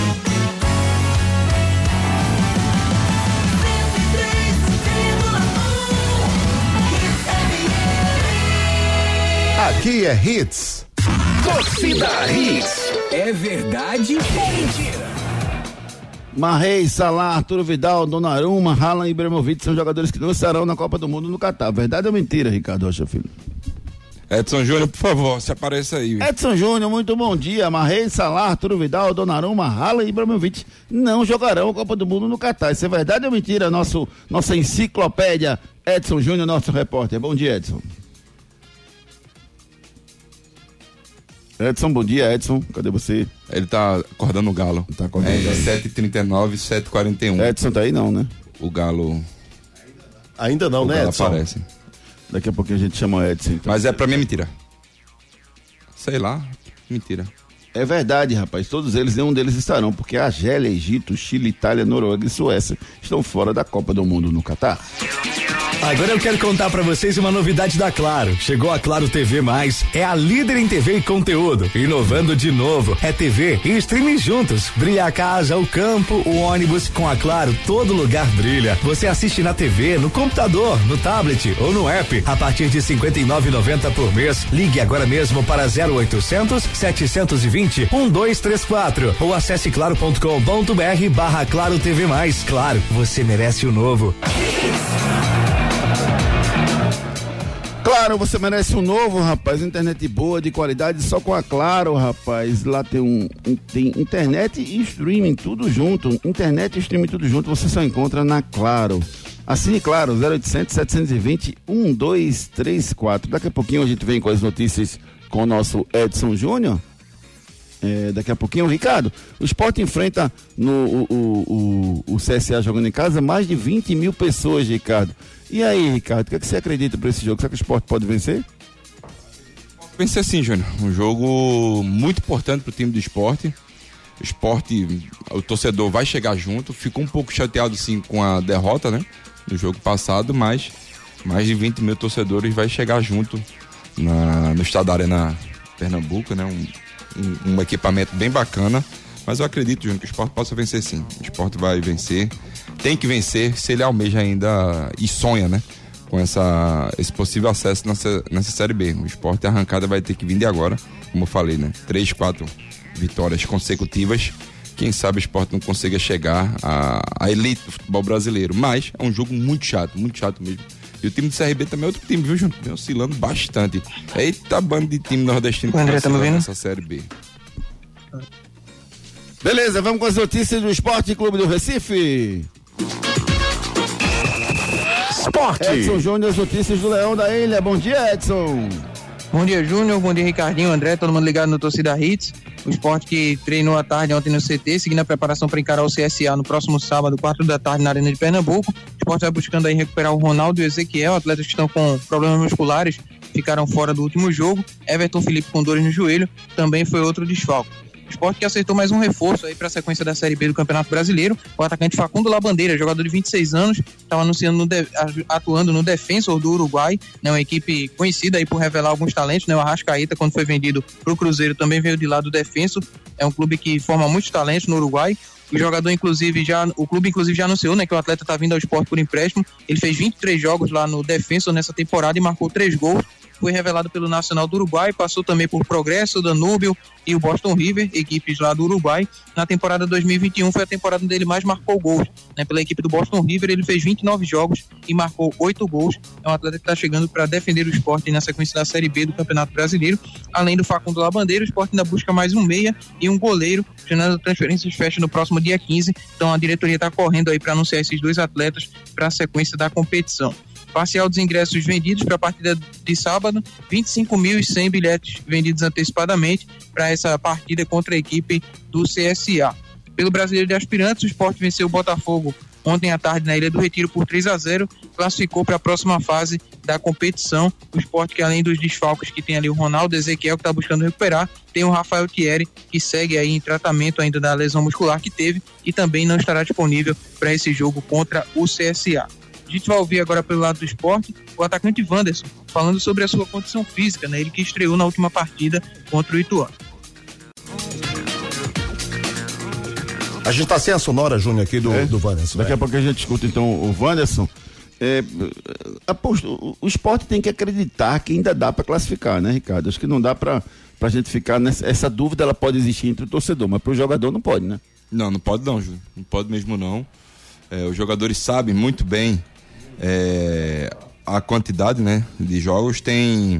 Aqui é Hits. Torcida Hits. É verdade ou mentira? Marrei, Salah, Arturo Vidal, Donnarumma, Haaland e Ibrahimovic são jogadores que não estarão na Copa do Mundo no Catar. Verdade ou mentira, Ricardo Rocha Filho? Edson Júnior, por favor, se apareça aí. Edson Júnior, muito bom dia. Marrei, Salah, Arturo Vidal, Donnarumma, Haaland e Ibrahimovic não jogarão a Copa do Mundo no Catar. Isso é verdade ou mentira? Nossa enciclopédia, Edson Júnior, nosso repórter. Bom dia, Edson. Edson, bom dia, Edson. Cadê você? Ele tá acordando o Galo. Tá acordando o Galo. 7h39, 7h41. Edson tá aí não, né? O Galo... Ainda não, né, Edson? Aparece. Daqui a pouquinho a gente chama o Edson. Então. Mas pra mim é mentira. Sei lá, mentira. É verdade, rapaz. Todos eles, nenhum deles estarão, porque a Argélia, Egito, Chile, Itália, Noruega e Suécia estão fora da Copa do Mundo no Catar. Agora eu quero contar pra vocês uma novidade da Claro. Chegou a Claro TV+, é a líder em TV e conteúdo. Inovando de novo, é TV e streaming juntos. Brilha a casa, o campo, o ônibus. Com a Claro, todo lugar brilha. Você assiste na TV, no computador, no tablet ou no app. A partir de R$ 59,90 por mês. Ligue agora mesmo para 0800 720 1234 ou acesse claro.com.br/Claro TV+. Claro, você merece o novo. Claro, você merece um novo, rapaz. Internet boa, de qualidade, só com a Claro, rapaz. Lá tem tem internet e streaming, tudo junto. Internet e streaming, tudo junto, você só encontra na Claro. Assine Claro, 0800 720 1234. Daqui a pouquinho a gente vem com as notícias com o nosso Edson Júnior. Daqui a pouquinho, Ricardo, o Sport enfrenta o CSA jogando em casa mais de 20 mil pessoas, Ricardo. E aí, Ricardo, o que você acredita para esse jogo? Será que o Sport pode vencer? Vencer sim, Júnior. Um jogo muito importante para o time do Sport. O Sport, o torcedor vai chegar junto. Ficou um pouco chateado sim com a derrota, né? No jogo passado, mas mais de 20 mil torcedores vai chegar junto no estado da Arena Pernambuco, né? Um equipamento bem bacana, mas eu acredito, Júnior, que o Sport possa vencer sim. O Sport vai vencer, tem que vencer se ele almeja ainda e sonha, né? Com esse possível acesso nessa Série B. O Sport, a arrancada vai ter que vir de agora, como eu falei, né? 3, 4 vitórias consecutivas. Quem sabe o Sport não consiga chegar à elite do futebol brasileiro, mas é um jogo muito chato mesmo. E o time do CRB também é outro time, viu, Júnior? Vem oscilando bastante. Eita, bando de time nordestino que André, tá me ouvindo? nessa Série B. Beleza, vamos com as notícias do Esporte Clube do Recife. Esporte. Edson Júnior, as notícias do Leão da Ilha. Bom dia, Edson. Bom dia, Júnior. Bom dia, Ricardinho, André, todo mundo ligado no Torcida Hits. O Sport que treinou à tarde ontem no CT, seguindo a preparação para encarar o CSA no próximo sábado, 4 da tarde, na Arena de Pernambuco. O Sport vai buscando aí recuperar o Ronaldo e o Ezequiel, atletas que estão com problemas musculares, ficaram fora do último jogo. Everton Felipe com dores no joelho, também foi outro desfalque. O Sport que acertou mais um reforço aí para a sequência da Série B do Campeonato Brasileiro. O atacante Facundo Labandeira, jogador de 26 anos, estava atuando no Defensor do Uruguai, né, uma equipe conhecida aí por revelar alguns talentos, né? O Arrascaeta, quando foi vendido para o Cruzeiro, também veio de lá do Defensor. É um clube que forma muitos talentos no Uruguai. O jogador, o clube inclusive já anunciou, né, que o atleta está vindo ao Sport por empréstimo. Ele fez 23 jogos lá no Defensor nessa temporada e marcou 3 gols. Foi revelado pelo Nacional do Uruguai, passou também por Progresso, Danúbio e o Boston River, equipes lá do Uruguai. Na temporada 2021 foi a temporada onde ele mais marcou gols, né? Pela equipe do Boston River ele fez 29 jogos e marcou 8 gols. É um atleta que está chegando para defender o Sport na sequência da Série B do Campeonato Brasileiro. Além do Facundo Labandeira, o Sport ainda busca mais um meia e um goleiro. A janela de transferências fecha no próximo dia 15, então a diretoria está correndo aí para anunciar esses 2 atletas para a sequência da competição. Parcial dos ingressos vendidos para a partida de sábado, 25.100 bilhetes vendidos antecipadamente para essa partida contra a equipe do CSA. Pelo Brasileiro de Aspirantes, o Sport venceu o Botafogo ontem à tarde na Ilha do Retiro por 3-0, classificou para a próxima fase da competição. O Sport, que além dos desfalques que tem ali o Ronaldo Ezequiel, que está buscando recuperar, tem o Rafael Thierry, que segue aí em tratamento ainda da lesão muscular que teve e também não estará disponível para esse jogo contra o CSA. A gente vai ouvir agora pelo lado do Sport o atacante Wanderson falando sobre a sua condição física, né? Ele que estreou na última partida contra o Ituano. A gente tá sem a sonora, Júnior, aqui do Wanderson. Daqui a pouco a gente escuta então o Wanderson. O Sport tem que acreditar que ainda dá para classificar, né, Ricardo? Acho que não dá pra gente ficar nessa. Essa dúvida ela pode existir entre o torcedor, mas pro jogador não pode, né? Não pode não, Júnior. Não pode mesmo não. Os jogadores sabem muito bem a quantidade, né, de jogos. Tem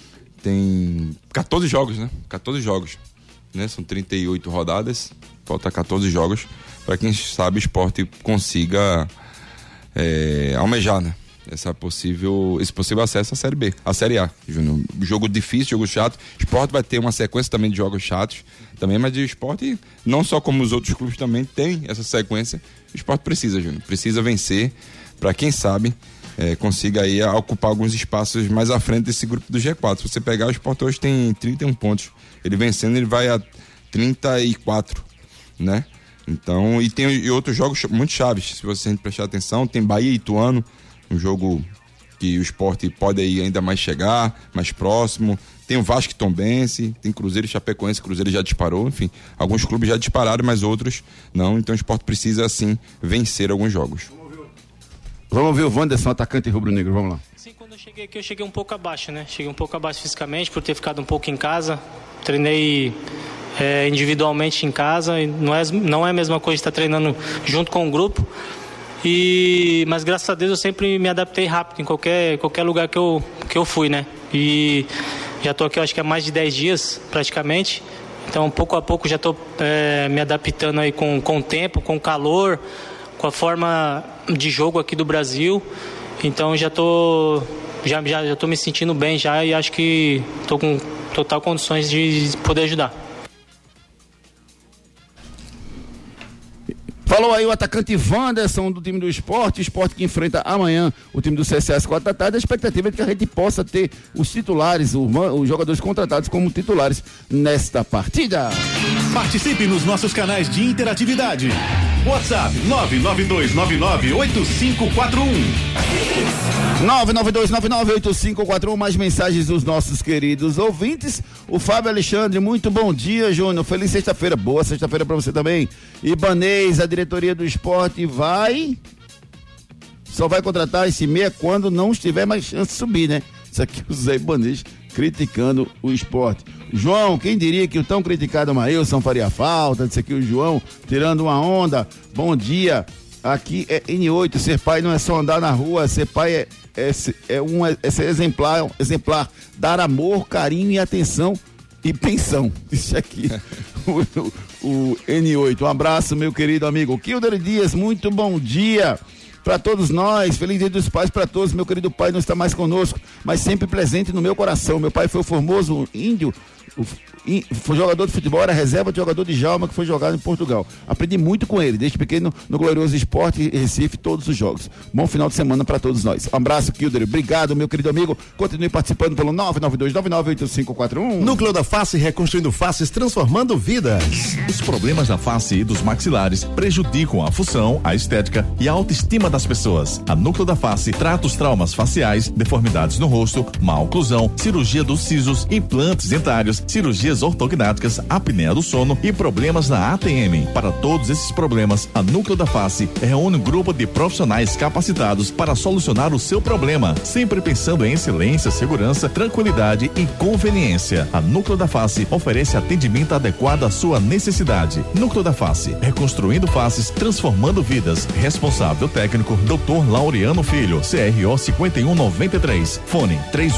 14 jogos, né? 14 jogos, né? São 38 rodadas. Falta 14 jogos para quem sabe o Sport consiga almejar, né? Esse possível acesso à Série B, à Série A, Júnior. Jogo difícil, jogo chato. O Sport vai ter uma sequência também de jogos chatos também, mas o Sport, não só como os outros clubes também tem essa sequência. O Sport precisa, Júnior, precisa vencer para quem sabe consiga aí ocupar alguns espaços mais à frente desse grupo do G4. Se você pegar, o Sport hoje tem 31 pontos. Ele vencendo, ele vai a 34, né? Então, e tem outros jogos muito chaves, se você prestar atenção. Tem Bahia e Ituano, um jogo que o Sport pode aí ainda mais chegar, mais próximo. Tem o Vasco e Tombense, tem Cruzeiro e Chapecoense. Cruzeiro já disparou, enfim, alguns clubes já dispararam, mas outros não. Então o Sport precisa assim vencer alguns jogos. Vamos ver o Wanderson, atacante rubro-negro, vamos lá. Sim, quando eu cheguei aqui eu cheguei um pouco abaixo, né? Cheguei um pouco abaixo fisicamente por ter ficado um pouco em casa. Treinei individualmente em casa, e não é a mesma coisa estar treinando junto com o grupo. Mas graças a Deus eu sempre me adaptei rápido em qualquer lugar que eu fui, né? E já estou aqui, eu acho que há mais de 10 dias praticamente. Então pouco a pouco já estou me adaptando aí com o tempo, com o calor, com a forma de jogo aqui do Brasil. Então já estou me sentindo bem já, e acho que estou com total condições de poder ajudar. Falou aí o atacante Wanderson do time do Sport, o Sport que enfrenta amanhã o time do CSA às 4 da tarde. A expectativa é de que a gente possa ter os titulares, os jogadores contratados como titulares nesta partida. Participe nos nossos canais de interatividade. WhatsApp 992998541. 992998541, mais mensagens dos nossos queridos ouvintes. O Fábio Alexandre, muito bom dia, Júnior. Feliz sexta-feira, boa sexta-feira pra você também. Ibanez, a diretoria do Sport só vai contratar esse meia quando não estiver mais chance de subir, né? Isso aqui o Zé Ibanez criticando o Sport. João, quem diria que o tão criticado Maílson faria falta? Disse aqui o João, tirando uma onda. Bom dia, aqui é N8, ser pai não é só andar na rua, ser pai é ser exemplar, dar amor, carinho e atenção e pensão. Isso aqui, o N8. Um abraço, meu querido amigo Kilder Dias, muito bom dia para todos nós, feliz dia dos pais para todos. Meu querido pai não está mais conosco, mas sempre presente no meu coração. Meu pai foi o formoso índio, foi jogador de futebol, era reserva de jogador de Djalma, que foi jogado em Portugal. Aprendi muito com ele, desde pequeno no glorioso Esporte Recife, todos os jogos. Bom final de semana para todos nós. Um abraço, Kilder. Obrigado, meu querido amigo. Continue participando pelo 992998541. Núcleo da Face, reconstruindo faces, transformando vidas. Os problemas da face e dos maxilares prejudicam a função, a estética e a autoestima das pessoas. A Núcleo da Face trata os traumas faciais, deformidades no rosto, má oclusão, cirurgia dos sisos, implantes dentários, cirurgias ortognáticas, apneia do sono e problemas na ATM. Para todos esses problemas, a Núcleo da Face reúne um grupo de profissionais capacitados para solucionar o seu problema, sempre pensando em excelência, segurança, tranquilidade e conveniência. A Núcleo da Face oferece atendimento adequado à sua necessidade. Núcleo da Face, reconstruindo faces, transformando vidas. Responsável técnico, Dr. Laureano Filho, CRO 5193, fone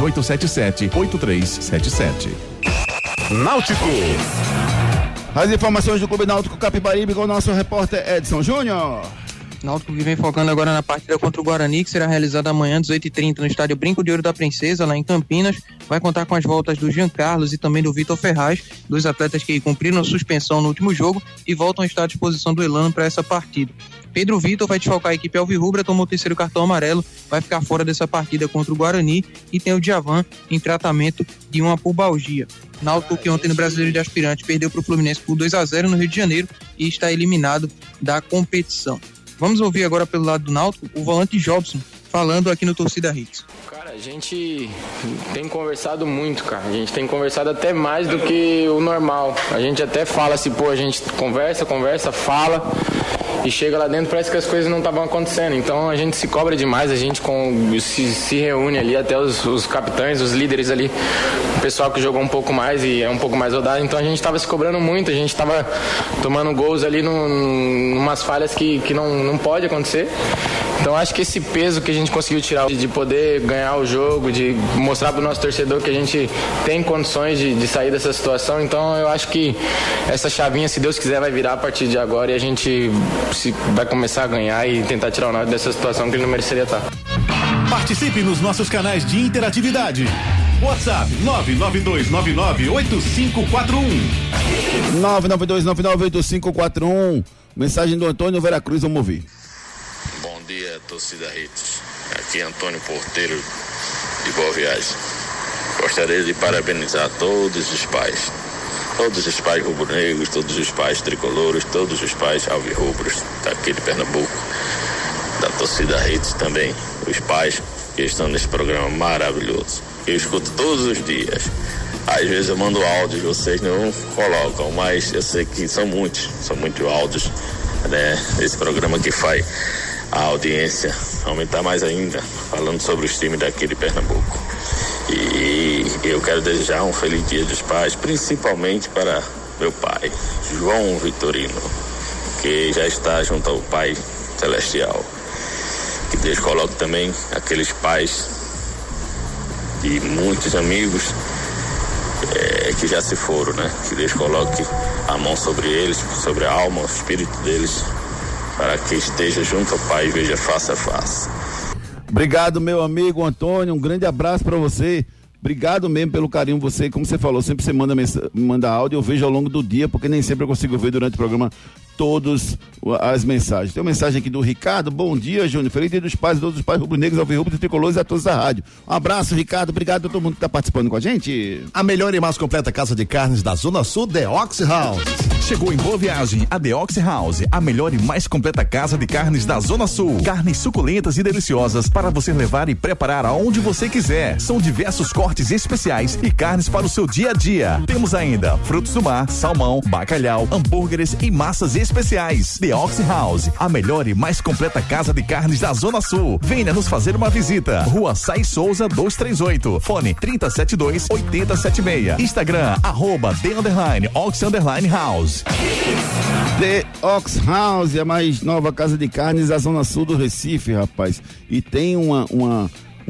3877-8377. Náutico. As informações do Clube Náutico Capibaribe com o nosso repórter Edson Júnior. Náutico que vem focando agora na partida contra o Guarani, que será realizada amanhã às 8h30 no estádio Brinco de Ouro da Princesa, lá em Campinas. Vai contar com as voltas do Jean Carlos e também do Vitor Ferraz, dois atletas que cumpriram a suspensão no último jogo e voltam a estar à disposição do Elano para essa partida. Pedro Vitor vai desfalcar a equipe alvirrubra, tomou o terceiro cartão amarelo, vai ficar fora dessa partida contra o Guarani, e tem o Djavan em tratamento de uma pubalgia. Náutico, que ontem no Brasileiro de Aspirantes perdeu para o Fluminense por 2-0 no Rio de Janeiro e está eliminado da competição. Vamos ouvir agora pelo lado do Náutico o volante Jobson falando aqui no Torcida Hits. Cara, a gente tem conversado muito, cara. A gente tem conversado até mais do que o normal. A gente até fala assim, pô, a gente conversa, fala e chega lá dentro, parece que as coisas não estavam acontecendo. Então a gente se cobra demais, a gente se reúne ali, até os capitães, os líderes ali, o pessoal que jogou um pouco mais e é um pouco mais rodado. Então a gente estava se cobrando muito, a gente estava tomando gols ali numas falhas que não pode acontecer. Então acho que esse peso que a gente conseguiu tirar de poder ganhar o jogo, de mostrar para o nosso torcedor que a gente tem condições de sair dessa situação. Então eu acho que essa chavinha, se Deus quiser, vai virar a partir de agora e a gente vai começar a ganhar e tentar tirar o Náutico dessa situação que ele não mereceria estar. Participe nos nossos canais de interatividade. WhatsApp 992998541. 992998541. Mensagem do Antônio Veracruz, vamos ouvir. Bom dia, torcida Hits. Aqui é Antônio Porteiro de Boa Viagem. Gostaria de parabenizar todos os pais rubro-negros, todos os pais tricolores, todos os pais alvirrubros daqui de Pernambuco, da torcida Hits também, os pais que estão nesse programa maravilhoso. Eu escuto todos os dias. Às vezes eu mando áudios, vocês não colocam, mas eu sei que são muitos áudios, né? Esse programa que faz a audiência aumentar mais ainda, falando sobre os times daqui de Pernambuco. E eu quero desejar um feliz Dia dos Pais, principalmente para meu pai, João Vitorino, que já está junto ao Pai Celestial. Que Deus coloque também aqueles pais de muitos amigos que já se foram, né? Que Deus coloque a mão sobre eles, sobre a alma, o espírito deles, para que esteja junto ao Pai e veja face a face. Obrigado, meu amigo Antônio, um grande abraço para você. Obrigado mesmo pelo carinho, você, como você falou, sempre você manda áudio, eu vejo ao longo do dia, porque nem sempre eu consigo ver durante o programa todas as mensagens. Tem uma mensagem aqui do Ricardo. Bom dia, Júnior. Feliz Dia dos Pais, todos os pais rubro-negros, alvirrubros, tricolores e a todos da rádio. Um abraço, Ricardo. Obrigado a todo mundo que está participando com a gente. A melhor e mais completa casa de carnes da Zona Sul, The Ox House. Chegou em Boa Viagem, a The Ox House, a melhor e mais completa casa de carnes da Zona Sul. Carnes suculentas e deliciosas para você levar e preparar aonde você quiser. São diversos cortes especiais e carnes para o seu dia a dia. Temos ainda frutos do mar, salmão, bacalhau, hambúrgueres e massas especiais. The Ox House, a melhor e mais completa casa de carnes da Zona Sul. Venha nos fazer uma visita. Rua Sai Souza 238. Fone 3072-8076. Instagram, @The_Ox_House. The Ox House, a mais nova casa de carnes da Zona Sul do Recife, rapaz. E tem um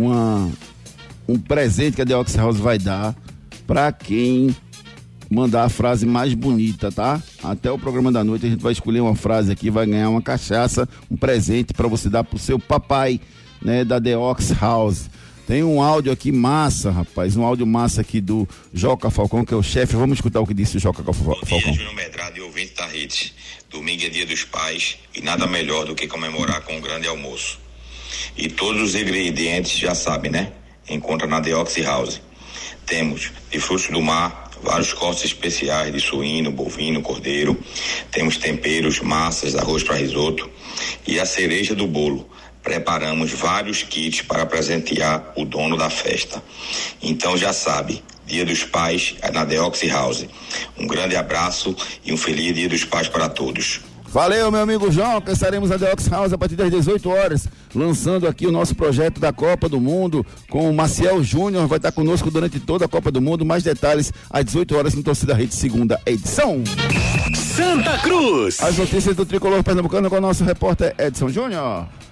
presente que a The Ox House vai dar pra quem mandar a frase mais bonita, tá? Até o programa da noite a gente vai escolher uma frase aqui, vai ganhar uma cachaça, um presente pra você dar pro seu papai, né, da The Ox House. Tem um áudio aqui massa, rapaz, um áudio massa aqui do Joca Falcão, que é o chefe. Vamos escutar o que disse o Joca Falcão. Bom dia, Júnior Medrado e ouvinte da Hits. Domingo é Dia dos Pais e nada melhor do que comemorar com um grande almoço. E todos os ingredientes já sabem, né? Encontra na The Ox House. Temos de frutos do mar, vários cortes especiais de suíno, bovino, cordeiro. Temos temperos, massas, arroz para risoto e a cereja do bolo. Preparamos vários kits para presentear o dono da festa. Então já sabe, Dia dos Pais é na The Ox House. Um grande abraço e um feliz Dia dos Pais para todos. Valeu, meu amigo João, que estaremos na The Ox House a partir das 18 horas, lançando aqui o nosso projeto da Copa do Mundo, com o Maciel Júnior, vai estar conosco durante toda a Copa do Mundo. Mais detalhes às 18 horas no Torcida Rede, segunda edição. Santa Cruz. As notícias do Tricolor Pernambucano com o nosso repórter Edson Júnior.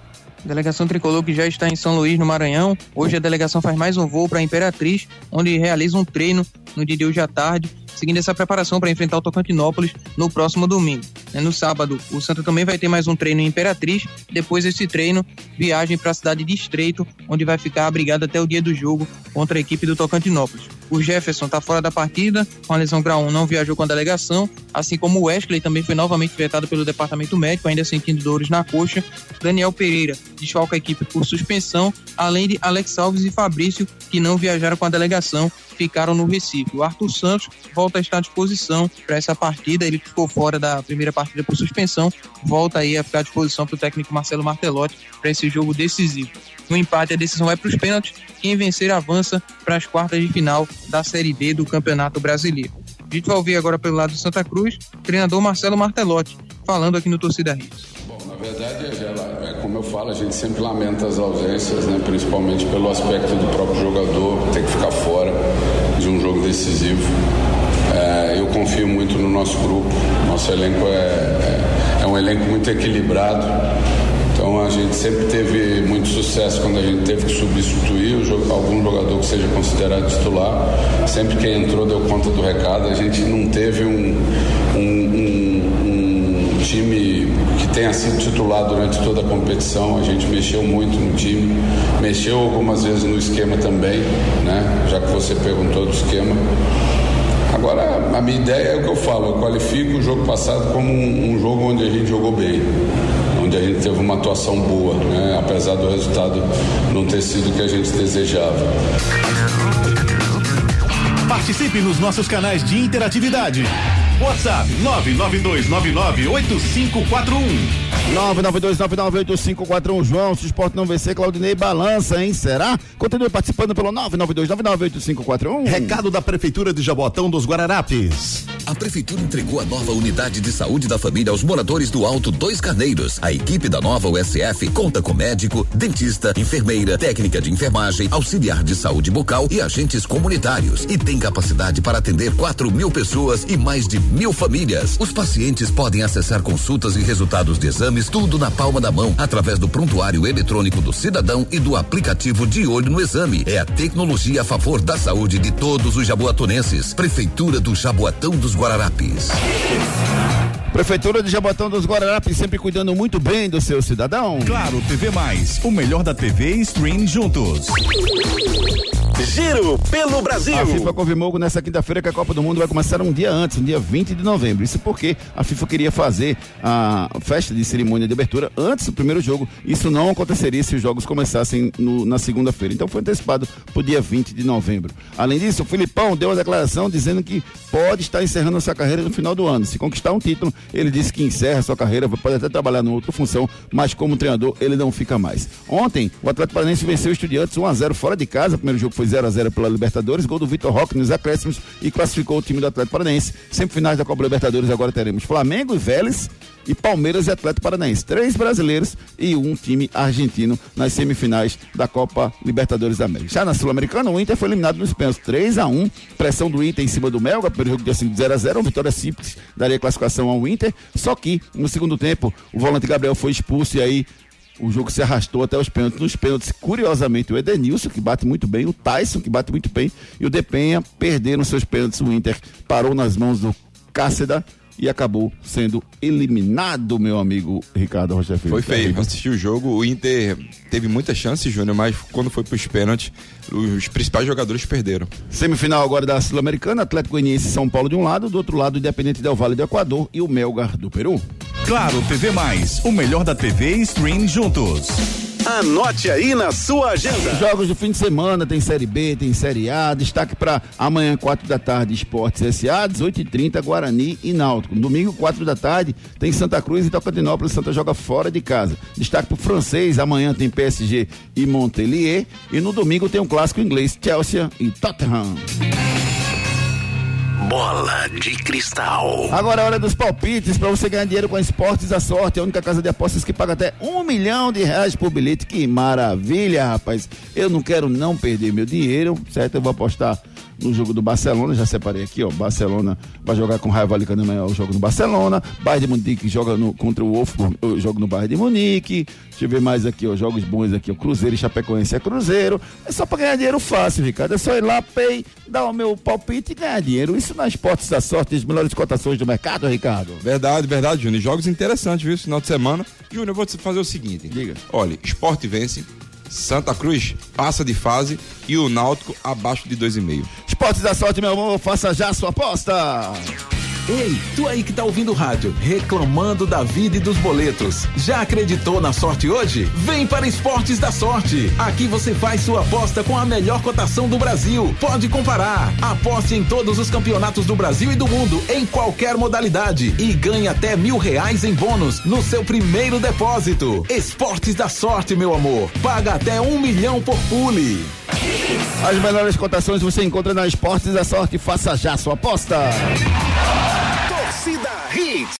Delegação tricolor que já está em São Luís, no Maranhão. Hoje a delegação faz mais um voo para Imperatriz, onde realiza um treino no dia de hoje à tarde, seguindo essa preparação para enfrentar o Tocantinópolis no próximo domingo. No sábado, o Santa também vai ter mais um treino em Imperatriz. Depois desse treino, viagem para a cidade de Estreito, onde vai ficar abrigado até o dia do jogo contra a equipe do Tocantinópolis. O Jefferson está fora da partida, com a lesão grau 1, não viajou com a delegação, assim como o Wesley também foi novamente vetado pelo departamento médico, ainda sentindo dores na coxa. Daniel Pereira desfalca a equipe por suspensão, além de Alex Alves e Fabrício, que não viajaram com a delegação, ficaram no Recife. O Arthur Santos volta a estar à disposição para essa partida, ele ficou fora da primeira partida por suspensão, volta aí a ficar à disposição para o técnico Marcelo Martelotti para esse jogo decisivo. No empate, a decisão vai para os pênaltis, quem vencer avança para as quartas de final da Série B do Campeonato Brasileiro. A gente vai ouvir agora pelo lado do Santa Cruz, o treinador Marcelo Martelotti, falando aqui no Torcida Hits. Bom, na verdade, como eu falo, a gente sempre lamenta as ausências, né, principalmente pelo aspecto do próprio jogador ter que ficar fora de um jogo decisivo. Eu confio muito no nosso grupo, nosso elenco é um elenco muito equilibrado, então a gente sempre teve muito sucesso quando a gente teve que substituir algum jogador que seja considerado titular. Sempre quem entrou deu conta do recado. A gente não teve um time que tenha sido titular durante toda a competição. A gente mexeu muito no time, mexeu algumas vezes no esquema também, né? Já que você perguntou do esquema. Agora, a minha ideia é o que eu falo, eu qualifico o jogo passado como um jogo onde a gente jogou bem, onde a gente teve uma atuação boa, né? Apesar do resultado não ter sido o que a gente desejava. Participe nos nossos canais de interatividade. WhatsApp 992998541. 992998541. João, se o Sport não vencer, Claudinei balança, hein? Será? Continue participando pelo 992998541. Recado da Prefeitura de Jaboatão dos Guararapes. A Prefeitura entregou a nova unidade de saúde da família aos moradores do Alto Dois Carneiros. A equipe da nova USF conta com médico, dentista, enfermeira, técnica de enfermagem, auxiliar de saúde bucal e agentes comunitários. E tem capacidade para atender 4.000 pessoas e mais de 1.000 famílias. Os pacientes podem acessar consultas e resultados de exames, tudo na palma da mão, através do prontuário eletrônico do cidadão e do aplicativo De Olho no Exame. É a tecnologia a favor da saúde de todos os jaboatonenses. Prefeitura do Jaboatão dos Guararapes. Prefeitura de Jaboatão dos Guararapes, sempre cuidando muito bem do seu cidadão. Claro, TV Mais, o melhor da TV e stream juntos. Giro pelo Brasil. A FIFA confirmou nessa quinta-feira que a Copa do Mundo vai começar um dia antes, no dia 20 de novembro. Isso porque a FIFA queria fazer a festa de cerimônia de abertura antes do primeiro jogo. Isso não aconteceria se os jogos começassem na segunda-feira. Então foi antecipado para o dia 20 de novembro. Além disso, o Filipão deu uma declaração dizendo que pode estar encerrando a sua carreira no final do ano. Se conquistar um título, ele disse que encerra a sua carreira, pode até trabalhar em outra função, mas como treinador ele não fica mais. Ontem, o Atlético Paranaense venceu o Estudiantes 1-0 fora de casa. O primeiro jogo foi 0-0 pela Libertadores, gol do Vitor Roque nos acréscimos e classificou o time do Atlético Paranaense. Semifinais da Copa Libertadores agora teremos Flamengo e Vélez e Palmeiras e Atlético Paranaense. 3 brasileiros e um time argentino nas semifinais da Copa Libertadores da América. Já na Sul-Americana, o Inter foi eliminado nos pênaltis 3-1, pressão do Inter em cima do Melga, primeiro jogo de 0-0, uma vitória simples, daria classificação ao Inter, só que no segundo tempo o volante Gabriel foi expulso e aí o jogo se arrastou até os pênaltis. Nos pênaltis, curiosamente, o Edenilson, que bate muito bem, o Tyson, que bate muito bem, e o Depenha perderam seus pênaltis. O Inter parou nas mãos do Cáceda e acabou sendo eliminado, meu amigo Ricardo Rocha Filho. Foi feio, eu assisti o jogo, o Inter teve muita chance, Júnior, mas quando foi pros pênaltis, os principais jogadores perderam. Semifinal agora da Sul-Americana, Atlético Goianiense e São Paulo de um lado, do outro lado, Independente Del Valle do Equador e o Melgar do Peru. Claro, TV Mais, o melhor da TV e stream juntos. Anote aí na sua agenda. Jogos do fim de semana, tem Série B, tem Série A, destaque para amanhã 4 da tarde, Esportes S.A., 18h30, Guarani e Náutico. No domingo 4 da tarde, tem Santa Cruz e Tocantinópolis, Santa joga fora de casa. Destaque para o francês, amanhã tem PSG e Montpellier e no domingo tem um clássico inglês, Chelsea e Tottenham. Bola de cristal. Agora é hora dos palpites para você ganhar dinheiro com a Esportes da Sorte, a única casa de apostas que paga até R$1 milhão por bilhete. Que maravilha, rapaz. Eu não quero não perder meu dinheiro, certo? Eu vou apostar no jogo do Barcelona, já separei aqui, ó, Barcelona vai jogar com Raio Vallecano amanhã, o jogo no Barcelona, Bayern de Munique joga contra o Wolfsburg, o jogo no Bayern de Munique, deixa eu ver mais aqui, ó, jogos bons aqui, ó, Cruzeiro e Chapecoense é Cruzeiro, é só pra ganhar dinheiro fácil, Ricardo, é só ir lá, dar o meu palpite e ganhar dinheiro, isso na Esportes da Sorte, as melhores cotações do mercado, Ricardo. Verdade, Júnior, jogos interessantes, viu, esse final de semana. Júnior, eu vou te fazer o seguinte, diga. Olha, Sport vence, Santa Cruz passa de fase e o Náutico abaixo de 2,5. Esportes da Sorte, meu amor, faça já a sua aposta. Ei, tu aí que tá ouvindo o rádio, reclamando da vida e dos boletos. Já acreditou na sorte hoje? Vem para Esportes da Sorte. Aqui você faz sua aposta com a melhor cotação do Brasil. Pode comparar. Aposte em todos os campeonatos do Brasil e do mundo, em qualquer modalidade. E ganhe até R$1.000 em bônus no seu primeiro depósito. Esportes da Sorte, meu amor. Paga até R$1 milhão por pule. As melhores cotações você encontra na Esportes da Sorte. Faça já a sua aposta.